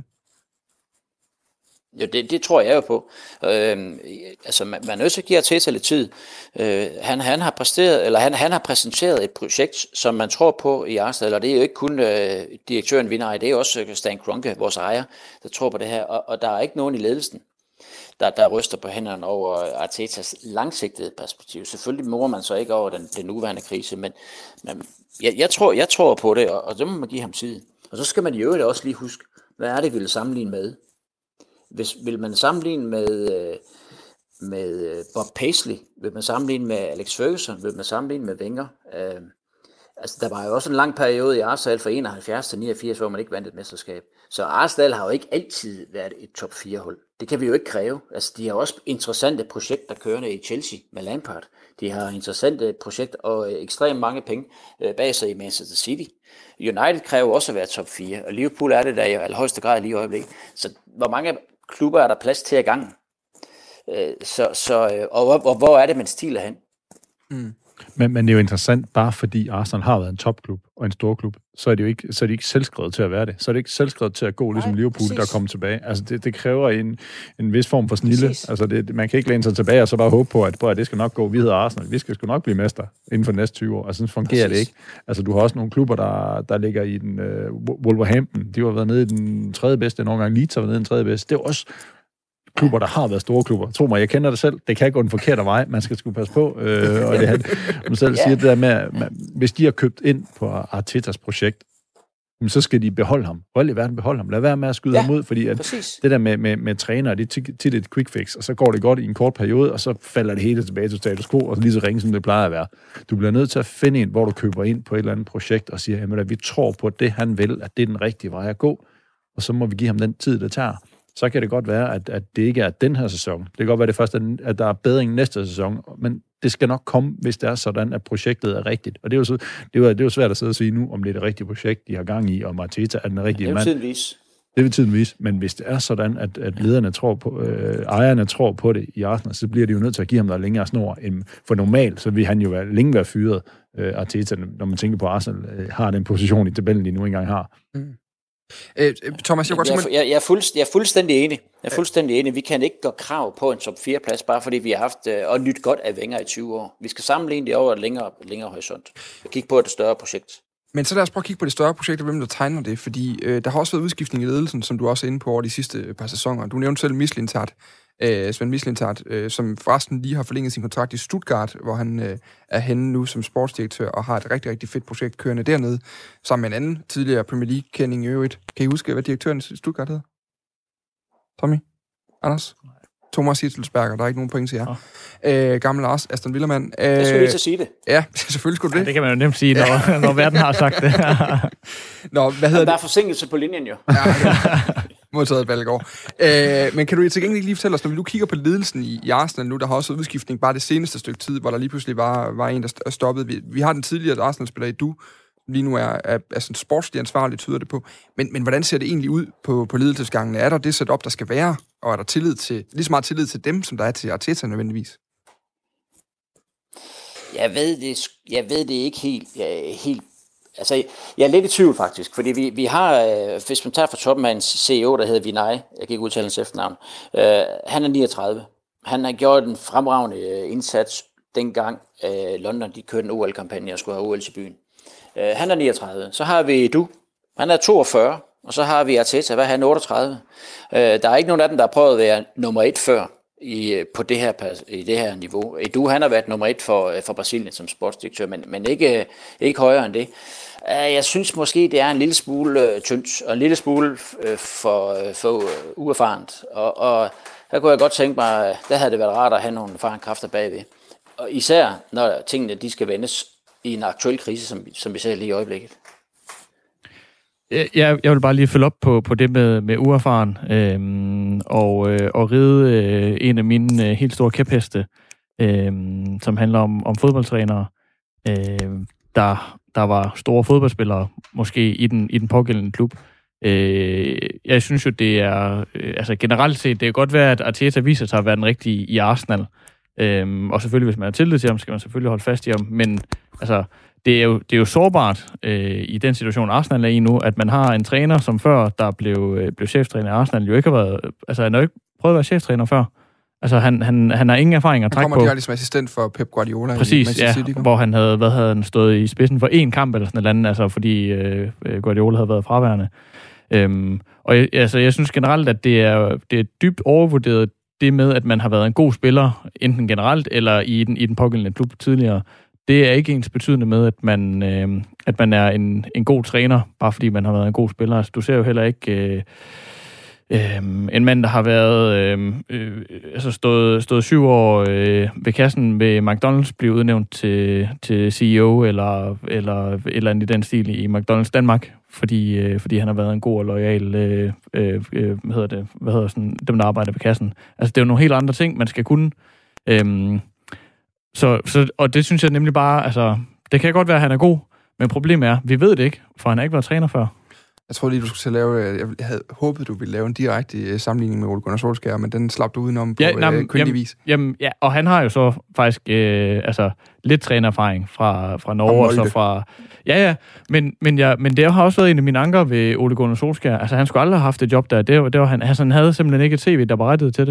Jo, det, det tror jeg jo på. Øhm, altså, man, man er nødt til at give Arteta lidt tid. Øh, han, han har præsteret, eller han, han har præsenteret et projekt, som man tror på i Arsenal, og det er jo ikke kun øh, direktøren vinder, det er også Stan Kroenke, vores ejer, der tror på det her, og, og der er ikke nogen i ledelsen, der, der ryster på hænderne over Artetas langsigtede perspektiv. Selvfølgelig morer man så ikke over den, den nuværende krise, men, men jeg, jeg, tror, jeg tror på det, og, og så må man give ham tid. Og så skal man jo også lige huske, hvad er det, vi vil sammenligne med? Hvis, vil man sammenligne med, med Bob Paisley, vil man sammenligne med Alex Ferguson, vil man sammenligne med Wenger. Øh, altså, der var jo også en lang periode i Arsenal fra enoghalvfjerds til niogfirs, hvor man ikke vandt et mesterskab. Så Arsenal har jo ikke altid været et top fire hold. Det kan vi jo ikke kræve. Altså, de har også interessante projekter kørende i Chelsea med Lampard. De har interessante projekter og ekstremt mange penge bag sig i Manchester City. United kræver også at være top fire, og Liverpool er det der i allerhøjeste grad lige i øjeblikket. Så hvor mange klubber er der plads til ad gangen? Så, så, og, og, og hvor er det, man stiler hen? Mm. Men, men det er jo interessant, bare fordi Arsenal har været en topklub og en stor klub, så er det jo ikke, så er det ikke selvskrevet til at være det. Så er det ikke selvskrevet til at gå, ligesom Nej, Liverpool, præcis. Der kommer tilbage. Altså, det, det kræver en, en vis form for snilde. Altså, det, man kan ikke læne sig tilbage og så bare håbe på, at, på, at det skal nok gå. Vi hedder Arsenal. Vi skal sgu nok blive mester inden for de næste tyve år. Altså, sådan fungerer præcis. Det ikke. Altså, du har også nogle klubber, der, der ligger i den uh, Wolverhampton. De har været nede i den tredje bedste. Nogle gange Leeds har været nede i den tredje bedste. Det er også klubber, der har været store klubber. Tro mig, jeg kender det selv. Det kan gå en forkert vej. Man skal sgu passe på. Øh, og det han, man selv siger det der med, at hvis de har købt ind på Artetas projekt, så skal de beholde ham. Hold i verden beholde ham. Lad være med at skyde ja, ham ud, fordi at det der med, med, med trænere, det er tit et quick fix, og så går det godt i en kort periode, og så falder det hele tilbage til status quo, og så lige så ringe, som det plejer at være. Du bliver nødt til at finde en, hvor du køber ind på et eller andet projekt, og siger, jamen, at vi tror på det, han vil, at det er den rigtige vej at gå, og så må vi give ham den tid, det tager. Så kan det godt være, at, at det ikke er den her sæson. Det kan godt være det første, at der er bedring næste sæson, men det skal nok komme, hvis det er sådan, at projektet er rigtigt. Og det er jo, så, det er jo, det er jo svært at sidde og sige nu, om det er det rigtige projekt, de har gang i, og Arteta er den rigtige mand. Det vil tiden vise. Det vil tiden vise. Men hvis det er sådan, at, at lederne tror på, øh, ejerne tror på det i Arsenal, så bliver de jo nødt til at give ham der længere snor. End for normalt, så vil han jo være, længe være fyret, øh, Arteta, når man tænker på, at Arsenal øh, har den position i tabellen, de nu engang har. Mm. Øh, Thomas, jeg, jeg, jeg, jeg, jeg, er fuldst, jeg er fuldstændig enig. Jeg er fuldstændig enig. Vi kan ikke gå krav på en top fire plads, bare fordi vi har haft øh, og nyt godt af Wenger i tyve år. Vi skal sammenligne det over et længere, længere horisont. Og kigge på et større projekt. Men så lad os prøve at kigge på det større projekt, og hvem der tegner det, fordi øh, der har også været udskiftning i ledelsen, som du også er inde på over de sidste par sæsoner. Du nævnte selv Mislintat, øh, Sven Mislintat, øh, som forresten lige har forlænget sin kontrakt i Stuttgart, hvor han øh, er henne nu som sportsdirektør og har et rigtig, rigtig fedt projekt kørende dernede, sammen med en anden tidligere Premier League-kending i øvrigt. Kan I huske, hvad direktøren i Stuttgart hedder? Tommy? Anders? Thomas Hitzelsberger, der er ikke nogen point til jer. Oh. Øh, gammel Lars, Aston Villa-mand. Øh, jeg skulle lige til at sige det. Ja, selvfølgelig skulle du det. Ja, det kan man jo nemt sige, når, ja. når verden har sagt det. Nå, hvad hedder der er det? forsinkelse på linjen jo. Ja, modtaget Ballegaard. Øh, men kan du til gengæld lige fortælle os, når vi nu kigger på ledelsen i, i Arsenal nu, der har også været udskiftning bare det seneste stykke tid, hvor der lige pludselig var, var en, der stoppede. Vi, vi har den tidligere Arsenal-spiller i Du, lige nu er, er, er sådan sportslig ansvarlig, tyder det på. Men, men hvordan ser det egentlig ud på, på ledelsesgangene? Er der det setup, der skal være? Og er der tillid til, lige så meget tillid til dem, som der er til Arteta nødvendigvis? Jeg ved det, jeg ved det ikke helt, jeg, helt. Altså, jeg er lidt i tvivl faktisk, fordi vi, vi har, hvis man tager fra toppen af en C E O, der hedder Vinay, jeg kan ikke udtale hans efternavn, øh, han er niogtredive. Han har gjort en fremragende indsats dengang øh, London, de kørte en O L-kampagne og skulle have O L til byen. Øh, han er niogtredive. Så har vi Du, han er toogfyrre, og så har vi Arteta, hvad er han, otteogtredive. Øh, der er ikke nogen af dem, der har prøvet at være nummer et før i, på det her, i det her niveau. Du, han har været nummer et for, for Brasilien som sportsdirektør, men, men ikke, ikke højere end det. Jeg synes måske, det er en lille smule tyndt, og en lille smule for, for uerfarent. Og, og der kunne jeg godt tænke mig, der havde det været rart at have nogle erfarne kræfter bagved. Og især, når tingene de skal vendes i en aktuel krise, som, som vi ser lige i øjeblikket. Jeg, jeg vil bare lige følge op på, på det med, med uerfaren øhm, og, øh, og ride øh, en af mine øh, helt store kæpheste, øh, som handler om, om fodboldtrænere, øh, der, der var store fodboldspillere måske i den, i den pågældende klub. Øh, jeg synes jo, det er øh, altså generelt set, det kan godt være, at Arteta viser sig at være den rigtige i Arsenal. Øh, og selvfølgelig, hvis man har tillid til ham, skal man selvfølgelig holde fast i ham, men altså Det er, jo, det er jo sårbart øh, i den situation, Arsenal er i nu, at man har en træner, som før, der blev, øh, blev cheftræner i Arsenal, jo ikke har været, altså han har jo ikke prøvet at være cheftræner før. Altså han, han, han har ingen erfaring at trække på. Han kommer direkte som assistent for Pep Guardiola. Præcis, ja, City, hvor han havde, hvad havde han stået i spidsen for én kamp eller sådan et eller andet, altså fordi øh, Guardiola havde været fraværende. Øhm, og jeg, altså, jeg synes generelt, at det er, det er dybt overvurderet, det med, at man har været en god spiller, enten generelt eller i den, i den pågældende klub tidligere. Det er ikke ens betydende med, at man, øh, at man er en, en god træner, bare fordi man har været en god spiller. Altså, du ser jo heller ikke øh, øh, en mand, der har været øh, øh, altså stået, stået syv år øh, ved kassen ved McDonald's, blive udnævnt til, til C E O eller, eller et eller andet i den stil i McDonald's Danmark, fordi, øh, fordi han har været en god og loyal, øh, øh, hvad hedder det, hvad hedder sådan, dem, der arbejder ved kassen. Altså, det er jo nogle helt andre ting, man skal kunne. Øh, Så, så, og det synes jeg nemlig bare, altså, det kan godt være, at han er god, men problemet er, vi ved det ikke, for han har ikke været træner før. Jeg troede lige, du skulle lave, jeg havde håbet, du ville lave en direkte sammenligning med Ole Gunnar Solskjaer, men den slap du udenom på ja, øh, kyndig vis. Jamen, ja, og han har jo så faktisk øh, altså, lidt trænererfaring fra, fra Norge, og så fra... Ja, ja, men, men, ja, men det har også været en af mine anker ved Ole Gunnar Solskjaer. Altså, han skulle aldrig have haft et job der. Det var, det var han, altså, han havde simpelthen ikke et tv, der berettede til det.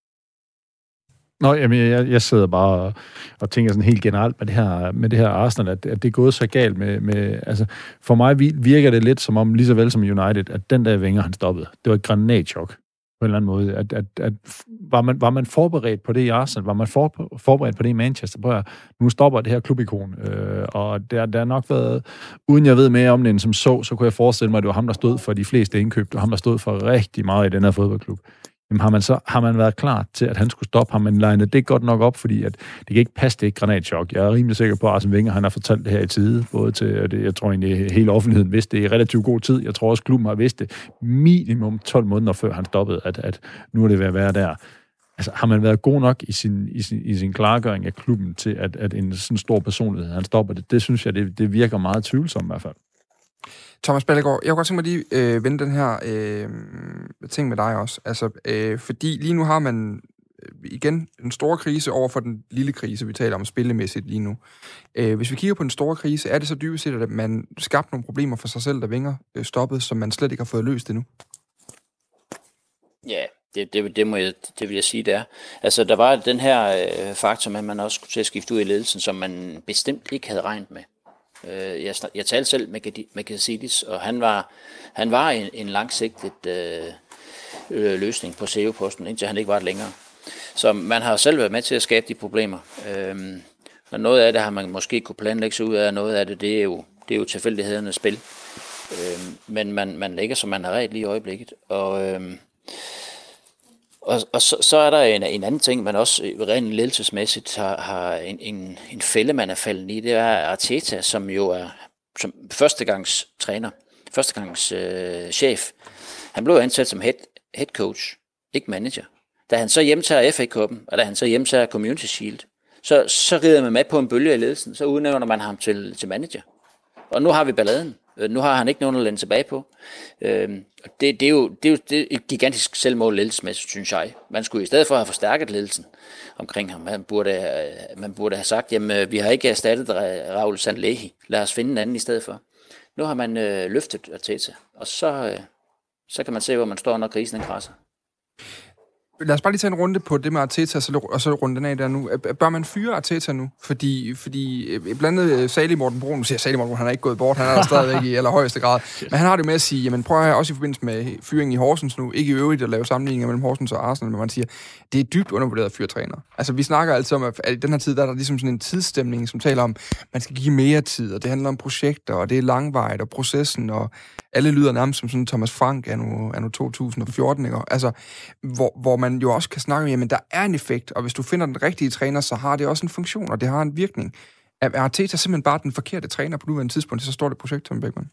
Nå, jamen, jeg, jeg sidder bare og, og tænker sådan helt generelt med det her, med det her Arsenal, at, at det er gået så galt med, med... Altså, for mig virker det lidt som om, lige så vel som United, at den der Wenger, han stoppede. Det var et granatchok på en eller anden måde. At, at, at, var, man, var man forberedt på det i Arsenal? Var man for, forberedt på det i Manchester? Prøv at, nu stopper det her klubikon. Øh, og der, der har nok været... Uden jeg ved mere om det end som så, så kunne jeg forestille mig, at det var ham, der stod for de fleste indkøb. Det var ham, der stod for rigtig meget i den her fodboldklub. Jamen har man så har man været klar til, at han skulle stoppe ham, men legnet det godt nok op, fordi at det kan ikke passe, det er ikke granatchok. Jeg er rimelig sikker på, at Arsene Wenger, han har fortalt det her i tide, både til, det, jeg tror egentlig, hele offentligheden vidste det i relativt god tid. Jeg tror også, klubben har vidst det minimum tolv måneder før han stoppede, at, at nu er det ved at være der. Altså, har man været god nok i sin, i sin, i sin klargøring af klubben til, at, at en sådan stor personlighed, han stopper det? Det synes jeg, det, det virker meget tvivlsomt i hvert fald. Thomas Ballegaard, jeg kunne godt tænke mig lige øh, vende den her øh, ting med dig også. Altså, øh, fordi lige nu har man øh, igen en stor krise over for den lille krise, vi taler om spillemæssigt lige nu. Øh, hvis vi kigger på den store krise, er det så dybest set, at man skabte nogle problemer for sig selv, der Wenger øh, stoppede, som man slet ikke har fået løst endnu? Ja, det, det, det, må jeg, det vil jeg sige, det er. Altså, der var den her øh, faktor, at man også skulle til at skifte ud i ledelsen, som man bestemt ikke havde regnet med. Øh, jeg, jeg talte selv med, med Gazidis, og han var, han var en, en langsigtet øh, øh, løsning på C E O-posten, indtil han ikke var det længere. Så man har selv været med til at skabe de problemer. Øhm, og noget af det har man måske kunne planlægge sig ud af, og noget af det, det er jo, det er jo tilfældighedernes spil. Øhm, men man, man ligger, som man har ret lige i øjeblikket. Og, øhm, og, og så, så er der en, en anden ting, man også rent ledelsesmæssigt har, har en, en, en fælde, man er faldet i. Det er Arteta, som jo er som førstegangs træner, førstegangs øh, chef. Han blev ansat som head, head coach, ikke manager. Da han så hjemtager F A-cuppen, og da han så hjemtager Community Shield, så, så rider man med på en bølge i ledelsen, så udnævner man ham til, til manager. Og nu har vi balladen. Nu har han ikke nogen at lande tilbage på. Øhm, det, det, er jo, det er jo det er et gigantisk selvmål ledelsesmæssigt, synes jeg. Man skulle i stedet for have forstærket ledelsen omkring ham. Man burde, man burde have sagt, jamen vi har ikke erstattet Raul Sanlehi. Lad os finde en anden i stedet for. Nu har man øh, løftet Arteta, og så, øh, så kan man se, hvor man står, når krisen krasser. Lad os bare lige tage en runde på det med Arteta, og så runde den af der nu. Bør man fyre Arteta nu? Fordi, fordi blandt andet Salig Morten Brun, nu siger Salig Morten Brun, han er ikke gået bort, han er der stadigvæk i allerhøjeste grad. Men han har det med at sige, jamen prøv at også i forbindelse med fyringen i Horsens nu, ikke i øvrigt at lave sammenligninger mellem Horsens og Arsenal, men man siger, det er dybt undervurderet at fyre træner. Altså vi snakker altid om, at i den her tid, der er der ligesom sådan en tidsstemning, som taler om, man skal give mere tid, og det handler om projekter, og det er langvejt, og processen, og alle lyder nærmest som sådan Thomas Frank anno, anno to tusind og fjorten, ikke? Altså, hvor, hvor man jo også kan snakke om, jamen der er en effekt, og hvis du finder den rigtige træner, så har det også en funktion, og det har en virkning. Er Arteta simpelthen bare den forkerte træner på nuværende tidspunkt, så står det projekt, Tom Beckmann?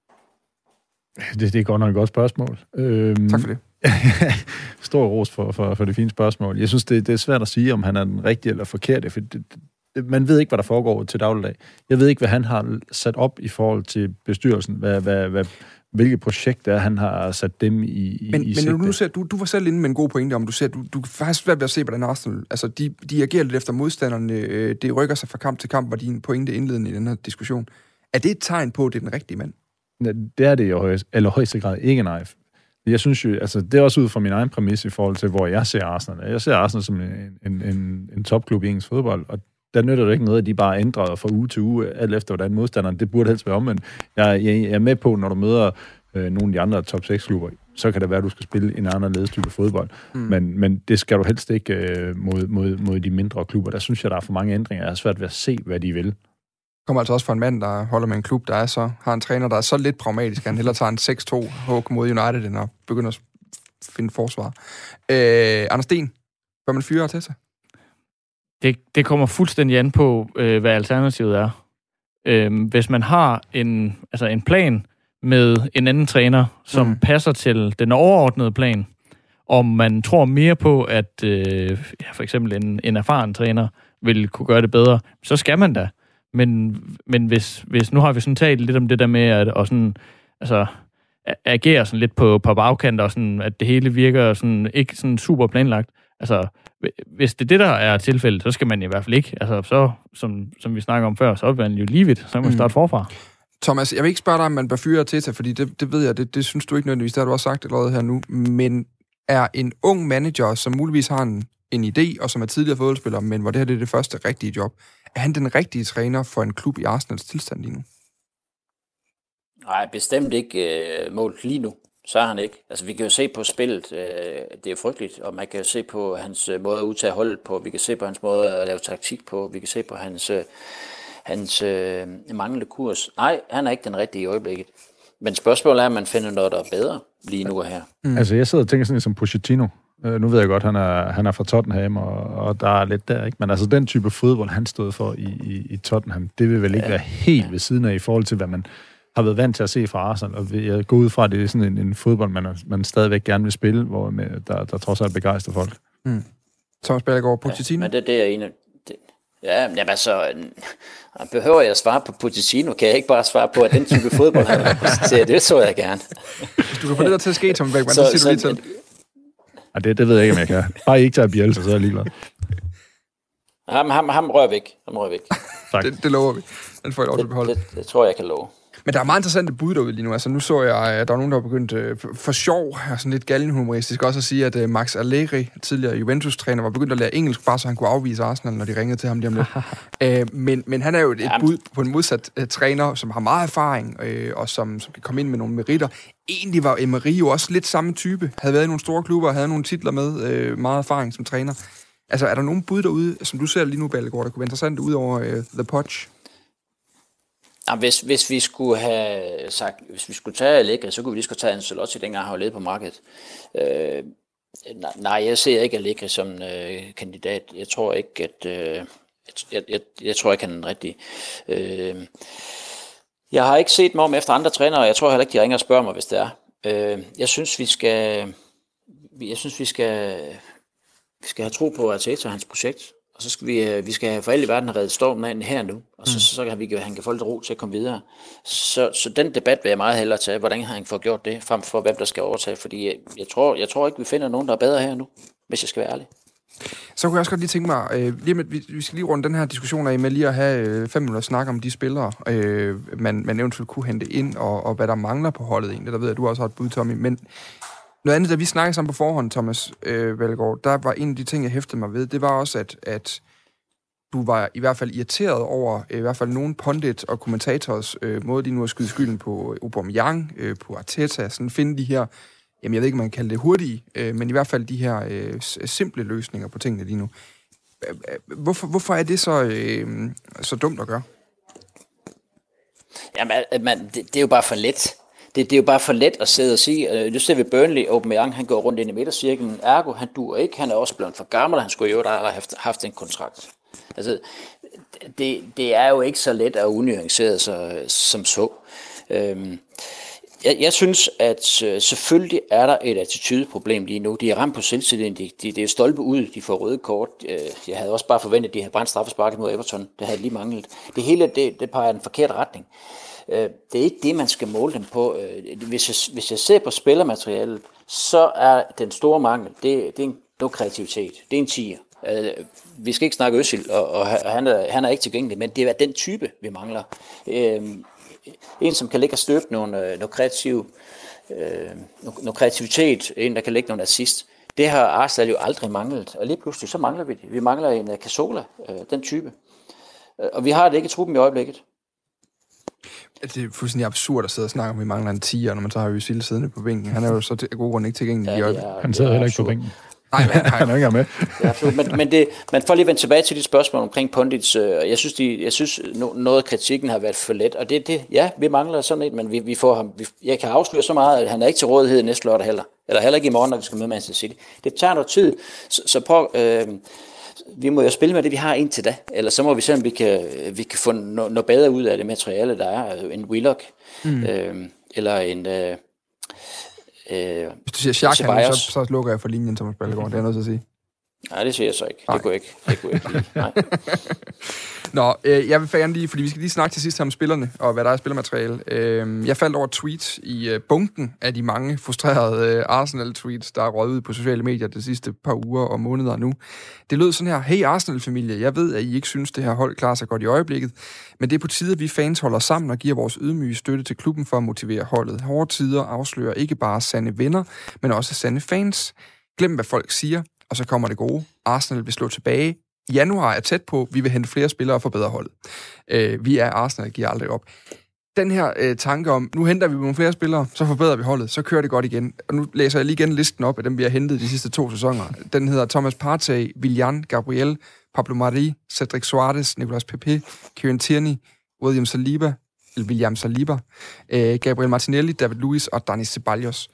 Det, det er godt nok et godt spørgsmål. Øhm, tak for det. Stor ros for, for, for det fine spørgsmål. Jeg synes, det, det er svært at sige, om han er den rigtige eller forkerte, for det, det, man ved ikke, hvad der foregår til dagligdag. Jeg ved ikke, hvad han har sat op i forhold til bestyrelsen, hvad, hvad, hvad, hvilke projekter han har sat dem i, i Men, i men når du, nu ser, du, du var selv inde med en god pointe om, du ser, du, du er faktisk svært ved at se, hvordan Arsenal, altså de, de agerer lidt efter modstanderne, øh, det rykker sig fra kamp til kamp, var din pointe indledende i den her diskussion. Er det et tegn på, at det er den rigtige mand? Ja, det er det jo højst, eller højst grad ikke, nej. Jeg synes jo, altså det er også ud fra min egen præmis i forhold til, hvor jeg ser Arsenal. Jeg ser Arsenal som en, en, en, en topklub i engelsk fodbold, og der nytter det ikke noget, at de bare ændrer fra uge til uge, alt efter hvordan modstanderen, det burde helst være omvendt. Jeg, jeg, jeg er med på, når du møder øh, nogle af de andre top seks klubber, så kan det være, at du skal spille en anden type fodbold. Mm. Men, men det skal du helst ikke øh, mod, mod, mod de mindre klubber. Der synes jeg, der er for mange ændringer. Jeg er svært ved at se, hvad de vil. Kommer altså også fra en mand, der holder med en klub, der er så, har en træner, der er så lidt pragmatisk, han hellere tager en seks to hug mod United, end at begynde at finde forsvar. Øh, Anders Sten, bør man fyre Arteta? Det, det kommer fuldstændig an på, øh, hvad alternativet er. Øh, hvis man har en, altså en plan med en anden træner, som mm. passer til den overordnede plan, om man tror mere på, at øh, ja, for eksempel en, en erfaren træner vil kunne gøre det bedre, så skal man da. Men, men hvis, hvis, nu har vi sådan talt lidt om det der med at og sådan, altså, agere sådan lidt på, på bagkant, og sådan, at det hele virker sådan, ikke sådan super planlagt. Altså, hvis det er det, der er tilfældet, så skal man i hvert fald ikke. Altså, så, som, som vi snakker om før, så er man jo livet, så kan man starte forfra. Thomas, jeg vil ikke spørge dig, om man bør fyre Arteta, fordi det, det ved jeg, det, det synes du ikke nødvendigvis, det har du også sagt allerede her nu, men er en ung manager, som muligvis har en, en idé, og som er tidligere fodboldspiller, men hvor det her det er det første rigtige job, er han den rigtige træner for en klub i Arsenals tilstand lige nu? Nej, bestemt ikke øh, målt lige nu. Så er han ikke. Altså, vi kan jo se på spillet, øh, det er frygteligt, og man kan jo se på hans øh, måde at udtage holdet på, vi kan se på hans måde at lave taktik på, vi kan se på hans, øh, hans øh, manglende kurs. Nej, han er ikke den rigtige i øjeblikket. Men spørgsmålet er, at man finder noget, der er bedre lige nu og her. Mm. Altså, jeg sidder og tænker sådan som Pochettino. Uh, nu ved jeg godt, han er, han er fra Tottenham, og, og der er lidt der, ikke? Men altså, den type fodbold, han stod for i, i, i Tottenham, det vil vel ikke ja. være helt ja. ved siden af i forhold til, hvad man har været vant til at se fra Arsenal. Og jeg går ud fra, at det er sådan en, en fodbold, man, man stadigvæk gerne vil spille, hvor med, der, der trods alt begejstrer folk. Mm. Thomas Ballegaard, Pochettino? Ja, men det, det er en af... Det, ja, jamen altså... Behøver jeg at svare på Pochettino? Kan jeg ikke bare svare på, at den type fodbold, han repræsenterer? Det så jeg gerne. Hvis du kan få det der til at ske, Thomas Beckmann, så, så siger du lige til. Ja, det, det ved jeg ikke, om jeg kan. Bare ikke tage Bielsa, så er jeg ligeglad. Ham, ham, ham rører væk. Ham rører væk. det, det lover vi. Den får jeg lov til at beholde. Det, det, det tror jeg, jeg kan love. Men der er meget interessante bud derude lige nu. Altså, nu så jeg, at der er nogen, der har begyndt øh, for sjov, sådan lidt galgenhumoristisk, også at sige, at øh, Max Allegri, tidligere Juventus-træner, var begyndt at lære engelsk, bare så han kunne afvise Arsenal, når de ringede til ham lige om lidt. øh, men, men han er jo et, et bud på en modsat øh, træner, som har meget erfaring, øh, og som, som kan komme ind med nogle meritter. Egentlig var Emery jo også lidt samme type. Havde været i nogle store klubber, havde nogle titler med, øh, meget erfaring som træner. Altså, er der nogen bud derude, som du ser lige nu, Ballegaard, der kunne være interessant ud over øh, The Poch? Ja, hvis, hvis vi skulle have sagt, hvis vi skulle tage Allegri, så kunne vi lige skulle tage Ancelotti, dengang han var ledet på markedet. Øh, nej, jeg ser ikke Allegri som øh, kandidat. Jeg tror ikke, at øh, jeg, jeg, jeg tror ikke, han er den rigtige. Øh, jeg har ikke set mig om efter andre trænere, og jeg tror heller ikke, de ringer og spørger mig, hvis det er. Øh, jeg synes, vi skal, jeg synes, vi skal, vi skal have tro på Arteta og hans projekt. Og så skal vi, vi skal for alle i verden have reddet stormen af her nu, og så, mm. så kan vi, han kan få lidt ro til at komme videre. Så, så den debat vil jeg meget hellere tage, hvordan han får gjort det, frem for hvem der skal overtage, fordi jeg, jeg, tror, jeg tror ikke, vi finder nogen, der er bedre her nu, hvis jeg skal være ærlig. Så kunne jeg også godt lige tænke mig, øh, lige med, vi, vi skal lige runde den her diskussion af med lige at have øh, fem minutter snak om de spillere, øh, man, man eventuelt kunne hente ind, og, og hvad der mangler på holdet egentlig. Der ved jeg, at du også har et bud, Tommy, men noget andet, da vi snakkede sammen på forhånd, Thomas øh, Ballegaard, der var en af de ting, jeg hæftede mig ved, det var også, at, at du var i hvert fald irriteret over i hvert fald nogle pundit og kommentators øh, måde, de nu har skyde skylden på Aubameyang, øh, på Arteta, sådan finde de her, jamen jeg ved ikke, man kan kalde det hurtige, øh, men i hvert fald de her øh, simple løsninger på tingene lige nu. Hvorfor, hvorfor er det så, øh, så dumt at gøre? Jamen, man, det, det er jo bare for let. Det, det er jo bare for let at sidde og sige, øh, nu ser vi Burnley, Aubameyang, han går rundt ind i midtercirklen, ergo, han duer ikke, han er også blevet for gammel, han skulle jo da have haft, haft en kontrakt. Altså, det, det er jo ikke så let at unuancere så, som så. Øhm, jeg, jeg synes, at øh, selvfølgelig er der et attitudeproblem lige nu. De er ramt på selvtilliden, de, de, de er stolpe ud, de får røde kort. Jeg havde også bare forventet, at de havde brændt straffesparket mod Everton. Det havde lige manglet. Det hele, det, det peger i en forkert retning. Det er ikke det, man skal måle dem på. Hvis jeg, hvis jeg ser på spillermaterialet, så er den store mangel, det, det er en no kreativitet. Det er en tier. Vi skal ikke snakke Özil, og, og han, er, han er ikke tilgængelig, men det er den type, vi mangler. En, som kan ligge og støbe nogle, nogle, kreativ, nogle kreativitet, en, der kan lægge nogle assist. Det har Arsenal jo aldrig manglet, og lige pludselig så mangler vi det. Vi mangler en Cazorla, den type. Og vi har det ikke i truppen i øjeblikket. Det er fuldstændig absurd at sidde og snakke om, at vi mangler en tier, når man så har Özil siddende på bænken. Han er jo så til god grund ikke tilgængelig ja, i øjeblikket. Han sidder heller ikke på bænken. Nej, men han er ikke med. Ja, men, men, det, men for lige at vende tilbage til de spørgsmål omkring pundits, øh, jeg synes, de, jeg synes no, noget af kritikken har været for let, og det det, ja, vi mangler sådan et, men vi, vi får ham, vi, jeg kan afsløre så meget, at han er ikke til rådighed næste lørdag heller, eller heller ikke i morgen, når vi skal møde Manchester City. Det tager noget tid, så, så prøv, øh, vi må jo spille med det, vi har indtil da, eller så må vi se, om vi kan, vi kan få no, noget bedre ud af det materiale, der er, en Willock, mm. øh, eller en... Øh, Øh, Hvis du siger Xhaka, så, så lukker jeg for linjen, Thomas Ballegaard. Det er noget til at sige. Nej, det siger jeg så ikke. Det kunne jeg ikke. Det kunne jeg ikke lide. Nej. Nå, øh, jeg vil gerne lige, fordi vi skal lige snakke til sidst om spillerne, og hvad der er spillermateriale. Øh, jeg faldt over tweets i øh, bunken af de mange frustrerede øh, Arsenal-tweets, der er røget ud på sociale medier de sidste par uger og måneder nu. Det lød sådan her: Hey Arsenal-familie, jeg ved, at I ikke synes, det her hold klarer sig godt i øjeblikket, men det er på tide, at vi fans holder sammen og giver vores ydmyge støtte til klubben for at motivere holdet. Hårde tider afslører ikke bare sande venner, men også sande fans. Glem, hvad folk siger, og så kommer det gode. Arsenal vil slå tilbage. Januar er tæt på, vi vil hente flere spillere og forbedre holdet. Øh, vi er Arsenal, giver aldrig op. Den her øh, tanke om, nu henter vi nogle flere spillere, så forbedrer vi holdet, så kører det godt igen. Og nu læser jeg lige igen listen op af dem, vi har hentet de sidste to sæsoner. Den hedder Thomas Partey, Willian, Gabriel, Pablo Mari, Cedric Suarez, Nicolas Pepe, Kieran Tierney, William Saliba, eller William Saliba, øh, Gabriel Martinelli, David Luiz og Dani Ceballos.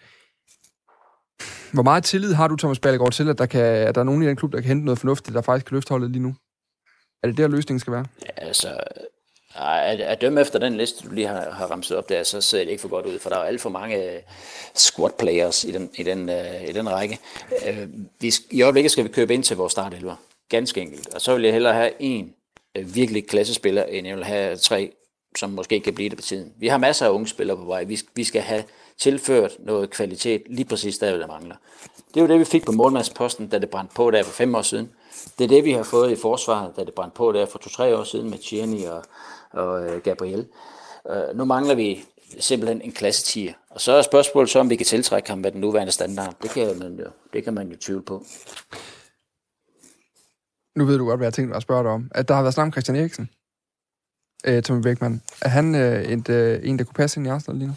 Hvor meget tillid har du, Thomas Ballegaard, til, at der, kan, at der er nogen i den klub, der kan hente noget fornuftigt, der faktisk kan løfte holdet lige nu? Er det der, løsningen skal være? Ja, altså, at, at dømme efter den liste, du lige har, har ramset op der, så ser det ikke for godt ud, for der er alt for mange squad players i den, i den, uh, i den række. Uh, vi, I øjeblikket skal vi købe ind til vores startelver. Ganske enkelt. Og så vil jeg hellere have en uh, virkelig klassespiller, end jeg vil have tre, som måske kan blive det på tiden. Vi har masser af unge spillere på vej. Vi, vi skal have tilført noget kvalitet lige præcis der, der mangler. Det er jo det, vi fik på målmandsposten, da det brændte på der for fem år siden. Det er det, vi har fået i forsvaret, da det brændte på der for to-tre år siden med Tierney og, og Gabriel. Øh, nu mangler vi simpelthen en klasse tier. Og så er spørgsmålet så, om vi kan tiltrække ham med den nuværende standard. Det kan man jo, det kan man jo tvivle på. Nu ved du godt, hvad jeg tænkte at spørge dig om. At der har været snak om Christian Eriksen, øh, Tommy Bækman. Er han øh, en, øh, en, der kunne passe ind i Arsenal lige nu?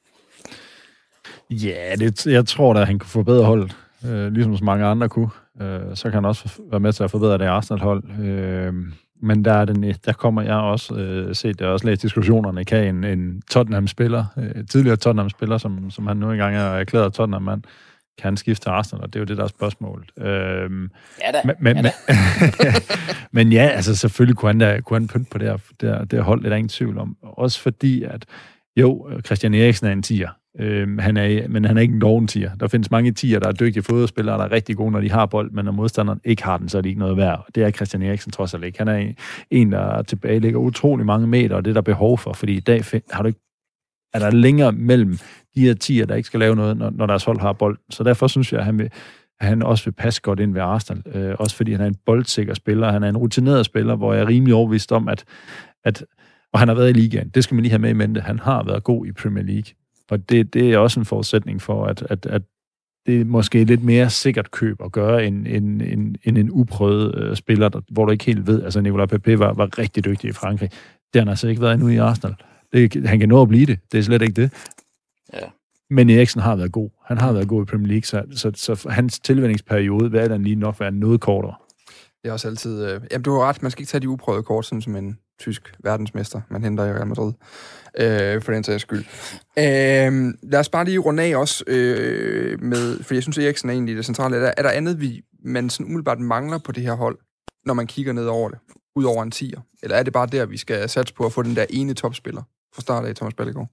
Ja, det, jeg tror da, at han kunne forbedre holdet, øh, ligesom så mange andre kunne. Øh, så kan han også være med til at forbedre det Arsenal-hold. Øh, men der, er den, der kommer jeg også øh, set, jeg har også læst diskussionerne, kan en, en Tottenham-spiller, øh, tidligere Tottenham-spiller, som, som han nu engang er erklæret Tottenham-mand, kan han skifte til Arsenal, og det er jo det, der er spørgsmålet. Øhm, ja da. Men, men, ja, da. men ja, altså selvfølgelig kunne han, da, kunne han pynte på det her, det, her, det her hold, det er der ingen tvivl om. Også fordi, at jo, Christian Eriksen er en tier, øhm, han er, men han er ikke en doven tier. Der findes mange tier, der er dygtige fodboldspillere, der er rigtig gode, når de har bold, men når modstanderen ikke har den, så er det ikke noget værd. Det er Christian Eriksen trods alt ikke. Han er en, en der tilbage ligger utrolig mange meter, og det er der behov for, fordi i dag har du ikke er der længere mellem de her tier, der ikke skal lave noget, når, når deres hold har bold. Så derfor synes jeg, at han, vil, at han også vil passe godt ind ved Arsenal. Øh, også fordi han er en boldsikker spiller, han er en rutineret spiller, hvor jeg er rimelig overbevist om, at, at og han har været i ligaen. Det skal man lige have med i mente. Han har været god i Premier League. Og det, det er også en forudsætning for, at, at, at det er måske lidt mere sikkert køb at gøre end, end, end, end en uprøvet øh, spiller, der, hvor du ikke helt ved. Altså, Nicolas Pepe var, var rigtig dygtig i Frankrig. Det har han altså ikke været endnu i Arsenal. Det, han kan nå at blive det. Det er slet ikke det. Ja. Men Eriksen har været god. Han har været god i Premier League, så, så, så hans tilvændingsperiode vil den lige nok være noget kortere. Det er også altid... Øh, jamen, du har ret. Man skal ikke tage de uprøvede kort, sådan som en tysk verdensmester, man henter i Real Madrid. Øh, for den sags skyld. Øh, lad os bare lige runde af også øh, med... For jeg synes, Eriksen er egentlig det centrale. Er der, er der andet, vi, man sådan umiddelbart mangler på det her hold, når man kigger ned over det? Ud over en tier? Eller er det bare der, vi skal satse på at få den der ene topspiller fra start af, Thomas Ballegaard?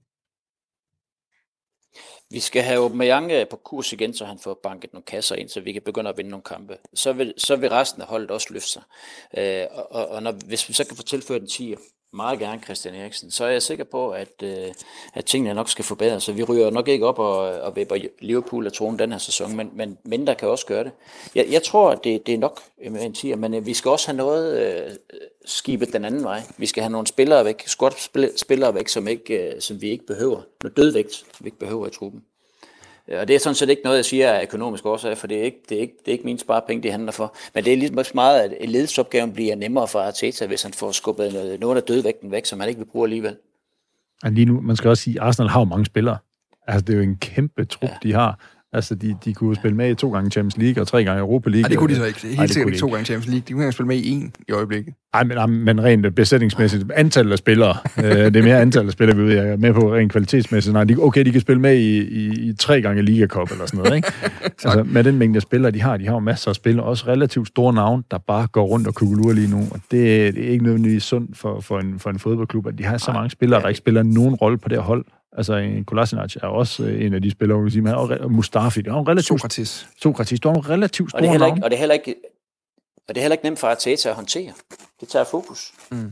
Vi skal have Aubameyang på kurs igen, så han får banket nogle kasser ind, så vi kan begynde at vinde nogle kampe. Så vil, så vil resten af holdet også løfte sig. Øh, og og når, hvis vi så kan få tilført en tier, meget gerne Christian Eriksen, så er jeg sikker på, at, øh, at tingene nok skal forbedres. Så vi ryger nok ikke op og, og vipper Liverpool af tronen den her sæson, men, men mindre kan også gøre det. Jeg, jeg tror, at det, det er nok med en tier, men øh, vi skal også have noget øh, skibet den anden vej. Vi skal have nogle spillere væk, squad-spillere væk, som, ikke, øh, som vi ikke behøver. Noget dødvægt, som vi ikke behøver i truppen. Og det er sådan set ikke noget, jeg siger af økonomisk årsag, for det er ikke, det er ikke, det er ikke mine sparepenge, det handler for. Men det er ligesom også meget, at ledelsesopgaven bliver nemmere for Arteta, hvis han får skubbet noget, noget af dødvægten væk, som han ikke vil bruge alligevel. Og lige nu, man skal også sige, at Arsenal har jo mange spillere. Altså, det er jo en kæmpe trup, ja. de har. Altså, de, de kunne spille med i to gange Champions League og tre gange Europa League. Nej, det kunne de så ikke. Helt Ej, sikkert ikke to gange Champions League. De kunne ikke spille med i en i øjeblikket. Nej, men, men rent besætningsmæssigt, antallet af spillere, øh, det er mere antallet af spillere, vi er med på rent kvalitetsmæssigt. Nej, de, okay, de kan spille med i, i, i tre gange Liga Cup eller sådan noget, ikke? Altså, med den mængde af spillere, de har, de har jo masser af spillere, også relativt store navne, der bare går rundt og kugler lige nu, og det, det er ikke nødvendigvis sundt for, for, en, for en fodboldklub, at de har så mange spillere, der ikke spiller nogen rolle på det her hold. Altså, Kolasinac er også en af de spillere, hvor vi siger, og Mustafi, det er jo relativt... Sokratis. Sokratis, det er jo relativt store og det er heller ikke, navn. og det er heller ikke, og det er heller ikke nemt for Arteta at håndtere. Det tager fokus. Mm.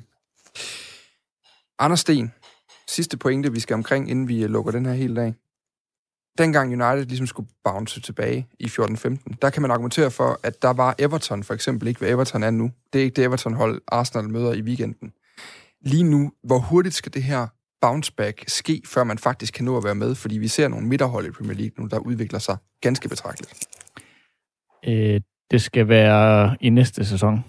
Anders Sten, sidste pointe, vi skal omkring, inden vi lukker den her hele dag. Dengang United ligesom skulle bounce tilbage i fjorten femten, der kan man argumentere for, at der var Everton for eksempel ikke, hvad Everton er nu. Det er ikke det Everton-hold, Arsenal møder i weekenden. Lige nu, hvor hurtigt skal det her bounceback ske, før man faktisk kan nå at være med? Fordi vi ser nogle midterhold i Premier League nu, der udvikler sig ganske betragteligt. Øh, det skal være i næste sæson.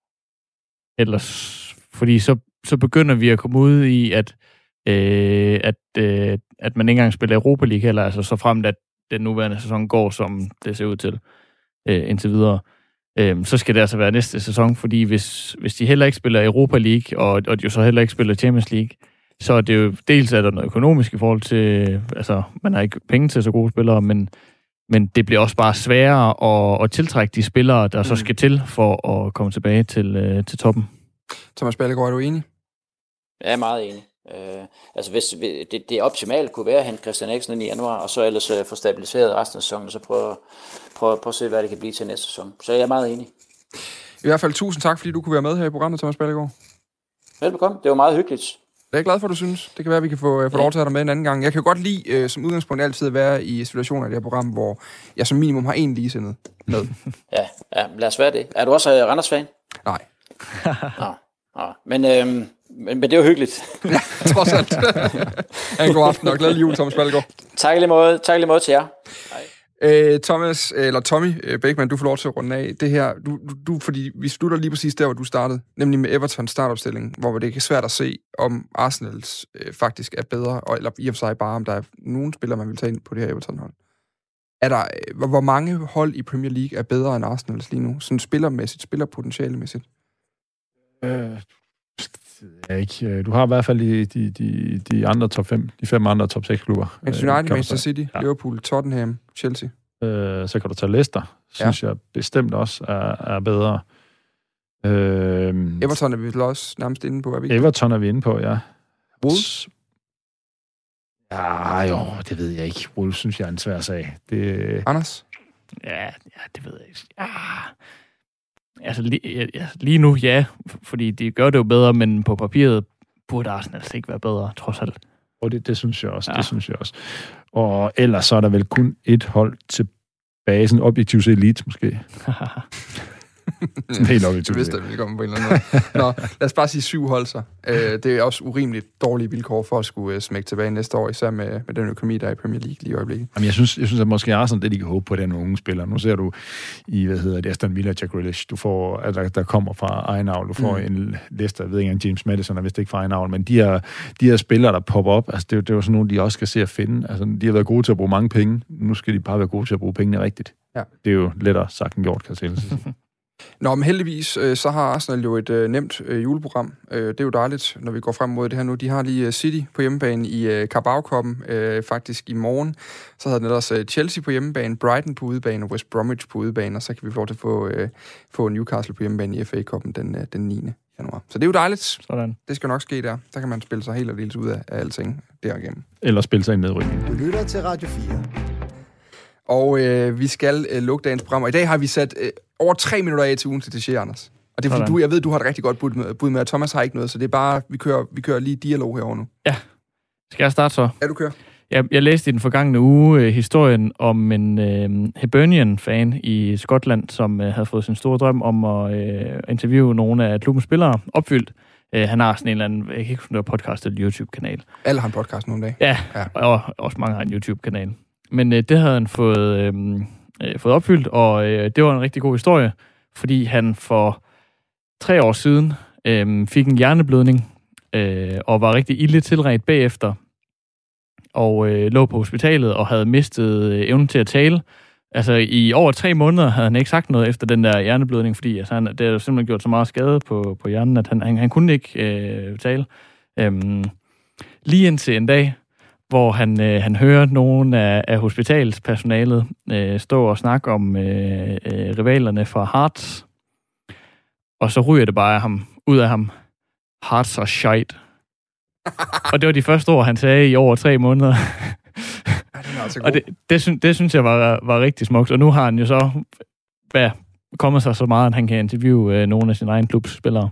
Ellers, fordi så, så begynder vi at komme ud i, at, øh, at, øh, at man ikke engang spiller Europa League heller, altså så fremt, at den nuværende sæson går, som det ser ud til øh, indtil videre. Øh, så skal det altså være næste sæson, fordi hvis, hvis de heller ikke spiller Europa League, og, og de så heller ikke spiller Champions League, så er det jo dels er der noget økonomisk i forhold til, altså man har ikke penge til så gode spillere, men, men det bliver også bare sværere at, at tiltrække de spillere, der mm. så skal til for at komme tilbage til, øh, til toppen. Thomas Ballegaard, er du enig? Jeg er meget enig. Øh, altså hvis det, det optimale kunne være at hente Christian Eriksen i januar, og så ellers øh, få stabiliseret resten af sæsonen, og så prøve, prøve, prøve at se, hvad det kan blive til næste sæson. Så jeg er meget enig. I hvert fald tusind tak, fordi du kunne være med her i programmet, Thomas Ballegaard. Velbekomme. Det var meget hyggeligt. Det er jeg glad for, du synes. Det kan være, at vi kan få, få lov til at have dig med en anden gang. Jeg kan godt lide, øh, som udgangspunkt altid, at være i situationer i det her program, hvor jeg som minimum har en ligesindet med. ja, ja, lad os være det. Er du også uh, Randers-fan? Nej. Nå, nå. Men øh, men, men det er jo hyggeligt. Ja, trods alt. En god aften og glædelig jul, Thomas Balgaard. Tak lige måde, tak lige måde til jer. Hej. Øh, Thomas, eller Tommy Bækman, du får lov til at runde af det her. Du, du, fordi vi slutter lige præcis der, hvor du startede, nemlig med Evertons startopstilling, hvor det er svært at se, om Arsenals øh, faktisk er bedre, og, eller i og for sig bare, om der er nogen spillere, man vil tage ind på det her Everton-hold. Er der, øh, hvor mange hold i Premier League er bedre end Arsenals lige nu? Sådan spillermæssigt, spillerpotentialemæssigt? Øh, Ja, ikke. Du har i hvert fald de, de, de, de andre top fem, de fem andre top seks klubber. Manchester United, Manchester City, ja. Liverpool, Tottenham, Chelsea. Øh, så kan du tage Leicester, synes ja. jeg bestemt også er, er bedre. Øh, Everton er vi vel også nærmest inde på, er vi ikke? Everton er vi inde på, ja. Wolves? Ja, jo, det ved jeg ikke. Wolves synes jeg er en svær sag. Det... Anders? Ja, ja, det ved jeg ikke. Ja. Altså lige, ja, lige nu, ja, fordi de gør det jo bedre, men på papiret burde Arsenal ikke være bedre, trods alt. Og det, det synes jeg også, ja. det synes jeg også. Og ellers så er der vel kun et hold tilbage, sådan objektivt set Leeds måske. Sådan helt objektivt. Du vidste, at vi komme på en eller anden måde. Nå, lad os bare sige syv hold så. Det er også urimeligt dårlige vilkår for at skulle smække tilbage næste år, især med, med den økonomi, der er i Premier League lige i øjeblikket. Jamen, jeg synes, jeg synes at måske Arsenal, det de kan håbe på, den unge spiller. Nu ser du i, hvad hedder det, Aston Villa, Jack Grealish, du får, at der, der kommer fra egen avl, du får mm. en Leicester, jeg ved ikke engang, James Maddison er vist ikke fra egen avl, men de her, de her spillere, der popper op, altså det, det er jo sådan nogle, de også skal se at finde. Altså, de har været gode til at bruge mange penge. Nu skal de bare være gode til at bruge pengene rigtigt. Ja. Det er jo lettere sagt end gjort, kan jeg sige. Nå, men heldigvis, øh, så har Arsenal jo et øh, nemt øh, juleprogram. Øh, det er jo dejligt, når vi går frem mod det her nu. De har lige uh, City på hjemmebane i øh, Carabao-koppen, øh, faktisk i morgen. Så havde den ellers øh, Chelsea på hjemmebane, Brighton på udebane og West Bromwich på udebane, og så kan vi få lov til at få, øh, få Newcastle på hjemmebane i F A-koppen den, øh, den niende januar. Så det er jo dejligt. Sådan. Det skal nok ske der. Der kan man spille sig helt og dels ud af, af alting derigennem. Eller spille sig i nedrykning. Du lytter til Radio fire. Og øh, vi skal øh, lukke dagens program. Og i dag har vi sat øh, over tre minutter af til ugen til T G, Anders. Og det er fordi, du, jeg ved, du har et rigtig godt bud med, bud med, at Thomas har ikke noget, så det er bare, vi kører, vi kører lige dialog herovre nu. Ja. Skal jeg starte så? Ja, du kører. Jeg, jeg læste i den forgangne uge øh, historien om en øh, Hibernian-fan i Skotland, som øh, havde fået sin store drøm om at øh, interviewe nogle af klubbens spillere opfyldt. Øh, han har sådan en eller anden, jeg kan ikke huske, noget podcast eller YouTube-kanal. Alle har en podcast nogle dage. Ja, ja. Og også mange har en YouTube-kanal. Men øh, det havde han fået, øh, øh, fået opfyldt, og øh, det var en rigtig god historie, fordi han for tre år siden øh, fik en hjerneblødning, øh, og var rigtig ilde tilredt bagefter, og øh, lå på hospitalet og havde mistet øh, evnen til at tale. Altså i over tre måneder havde han ikke sagt noget efter den der hjerneblødning, fordi altså, han, det havde simpelthen gjort så meget skade på, på hjernen, at han, han, han kunne ikke øh, tale. Øhm, lige indtil en dag, hvor han, øh, han hører nogen af, af hospitalspersonalet øh, stå og snakke om øh, øh, rivalerne fra Hearts, og så ryger det bare af ham, ud af ham. Hearts are shite. Og det var de første ord, han sagde i over tre måneder. Ja, det er altså og det, det, synes, det synes jeg var, var rigtig smukt. Og nu har han jo så hvad, kommet sig så meget, at han kan interviewe øh, nogle af sine egne klubsspillere.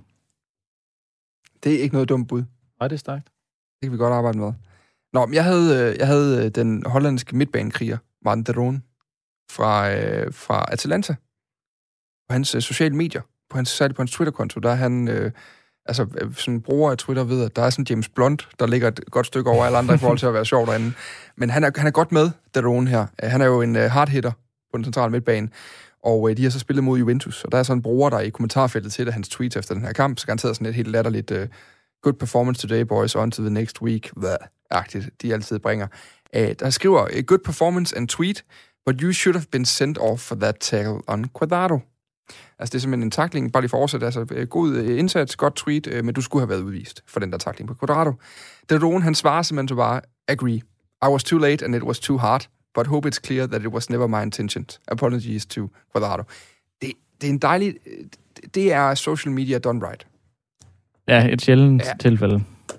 Det er ikke noget dumt bud. Nej, det er stærkt. Det kan vi godt arbejde med. Nå, men jeg havde, jeg havde den hollandske midtbanekriger, Martin de Roon, fra, øh, fra Atalanta. På hans øh, sociale medier, på hans, særligt på hans Twitter-konto, der er han... Øh, altså, sådan en bruger af Twitter ved, at der er sådan James Blunt, der ligger et godt stykke over alle andre i forhold til at være sjov derinde. Men han er, han er godt med, de Roon her. Han er jo en uh, hardhitter på den centrale midtbane, og uh, de har så spillet mod Juventus. Og der er sådan en bruger, der i kommentarfeltet til det, hans tweets efter den her kamp, så garanteret sådan et helt latterligt uh, good performance today, boys, on to the next week, hvad-agtigt, de altid bringer. Uh, der skriver, a good performance and tweet, but you should have been sent off for that tackle on Cuadrado. Altså, det er simpelthen en tackling, bare lige for oversæt, altså god indsats, godt tweet, men du skulle have været udvist for den der tackling på Cuadrado. De Roon, han svarer simpelthen så bare, agree. I was too late, and it was too hard, but hope it's clear that it was never my intention. Apologies to Cuadrado. Det, det er en dejlig... Det er social media done right. Ja, et sjældent ja. tilfælde.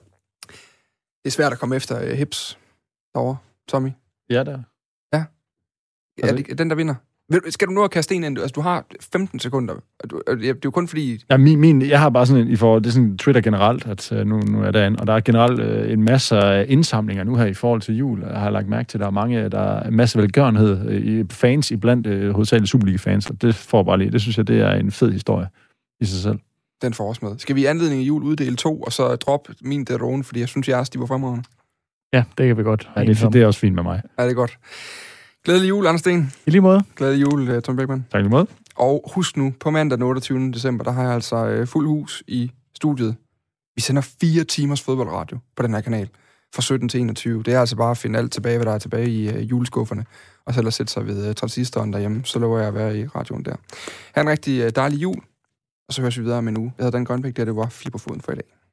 Det er svært at komme efter uh, hips derovre, Tommy. Ja, der. Ja. Er det den, der vinder? Skal du nu at kaste en ind? Altså, du har femten sekunder. Det er jo kun fordi... Ja, min, min, jeg har bare sådan en, i forhold, det er sådan Twitter generelt, at uh, nu, nu er der en, og der er generelt uh, en masse af indsamlinger nu her i forhold til jul. Jeg har lagt mærke til, at der er mange, der er en masse velgørenhed uh, i fans, iblandt uh, hovedsageligt Superliga-fans, og det får bare lige, det synes jeg, det er en fed historie i sig selv. Den får også med. Skal vi i anledning af jul uddele to, og så droppe min Derone, fordi jeg synes, jeres de var fremragende? Ja, det kan vi godt. Ja, det, er, det er også fint med mig. Ja, det er godt. Glædelig jul, Anders Sten. I lige måde. Glædelig jul, Tom Beckmann. Tak lige måde. Og husk nu, på mandag den otteogtyvende december, der har jeg altså fuld hus i studiet. Vi sender fire timers fodboldradio på den her kanal. Fra sytten til enogtyve. Det er altså bare at finde alt tilbage, hvad der er tilbage i uh, juleskufferne. Og så ellers sætte sig ved uh, transistoren derhjemme. Så lover jeg at være i radioen der. Ha' en rigtig uh, dejlig jul. Og så høres vi videre om en uge. Jeg hedder Dan Grønbæk, det, det var fire på foden for i dag.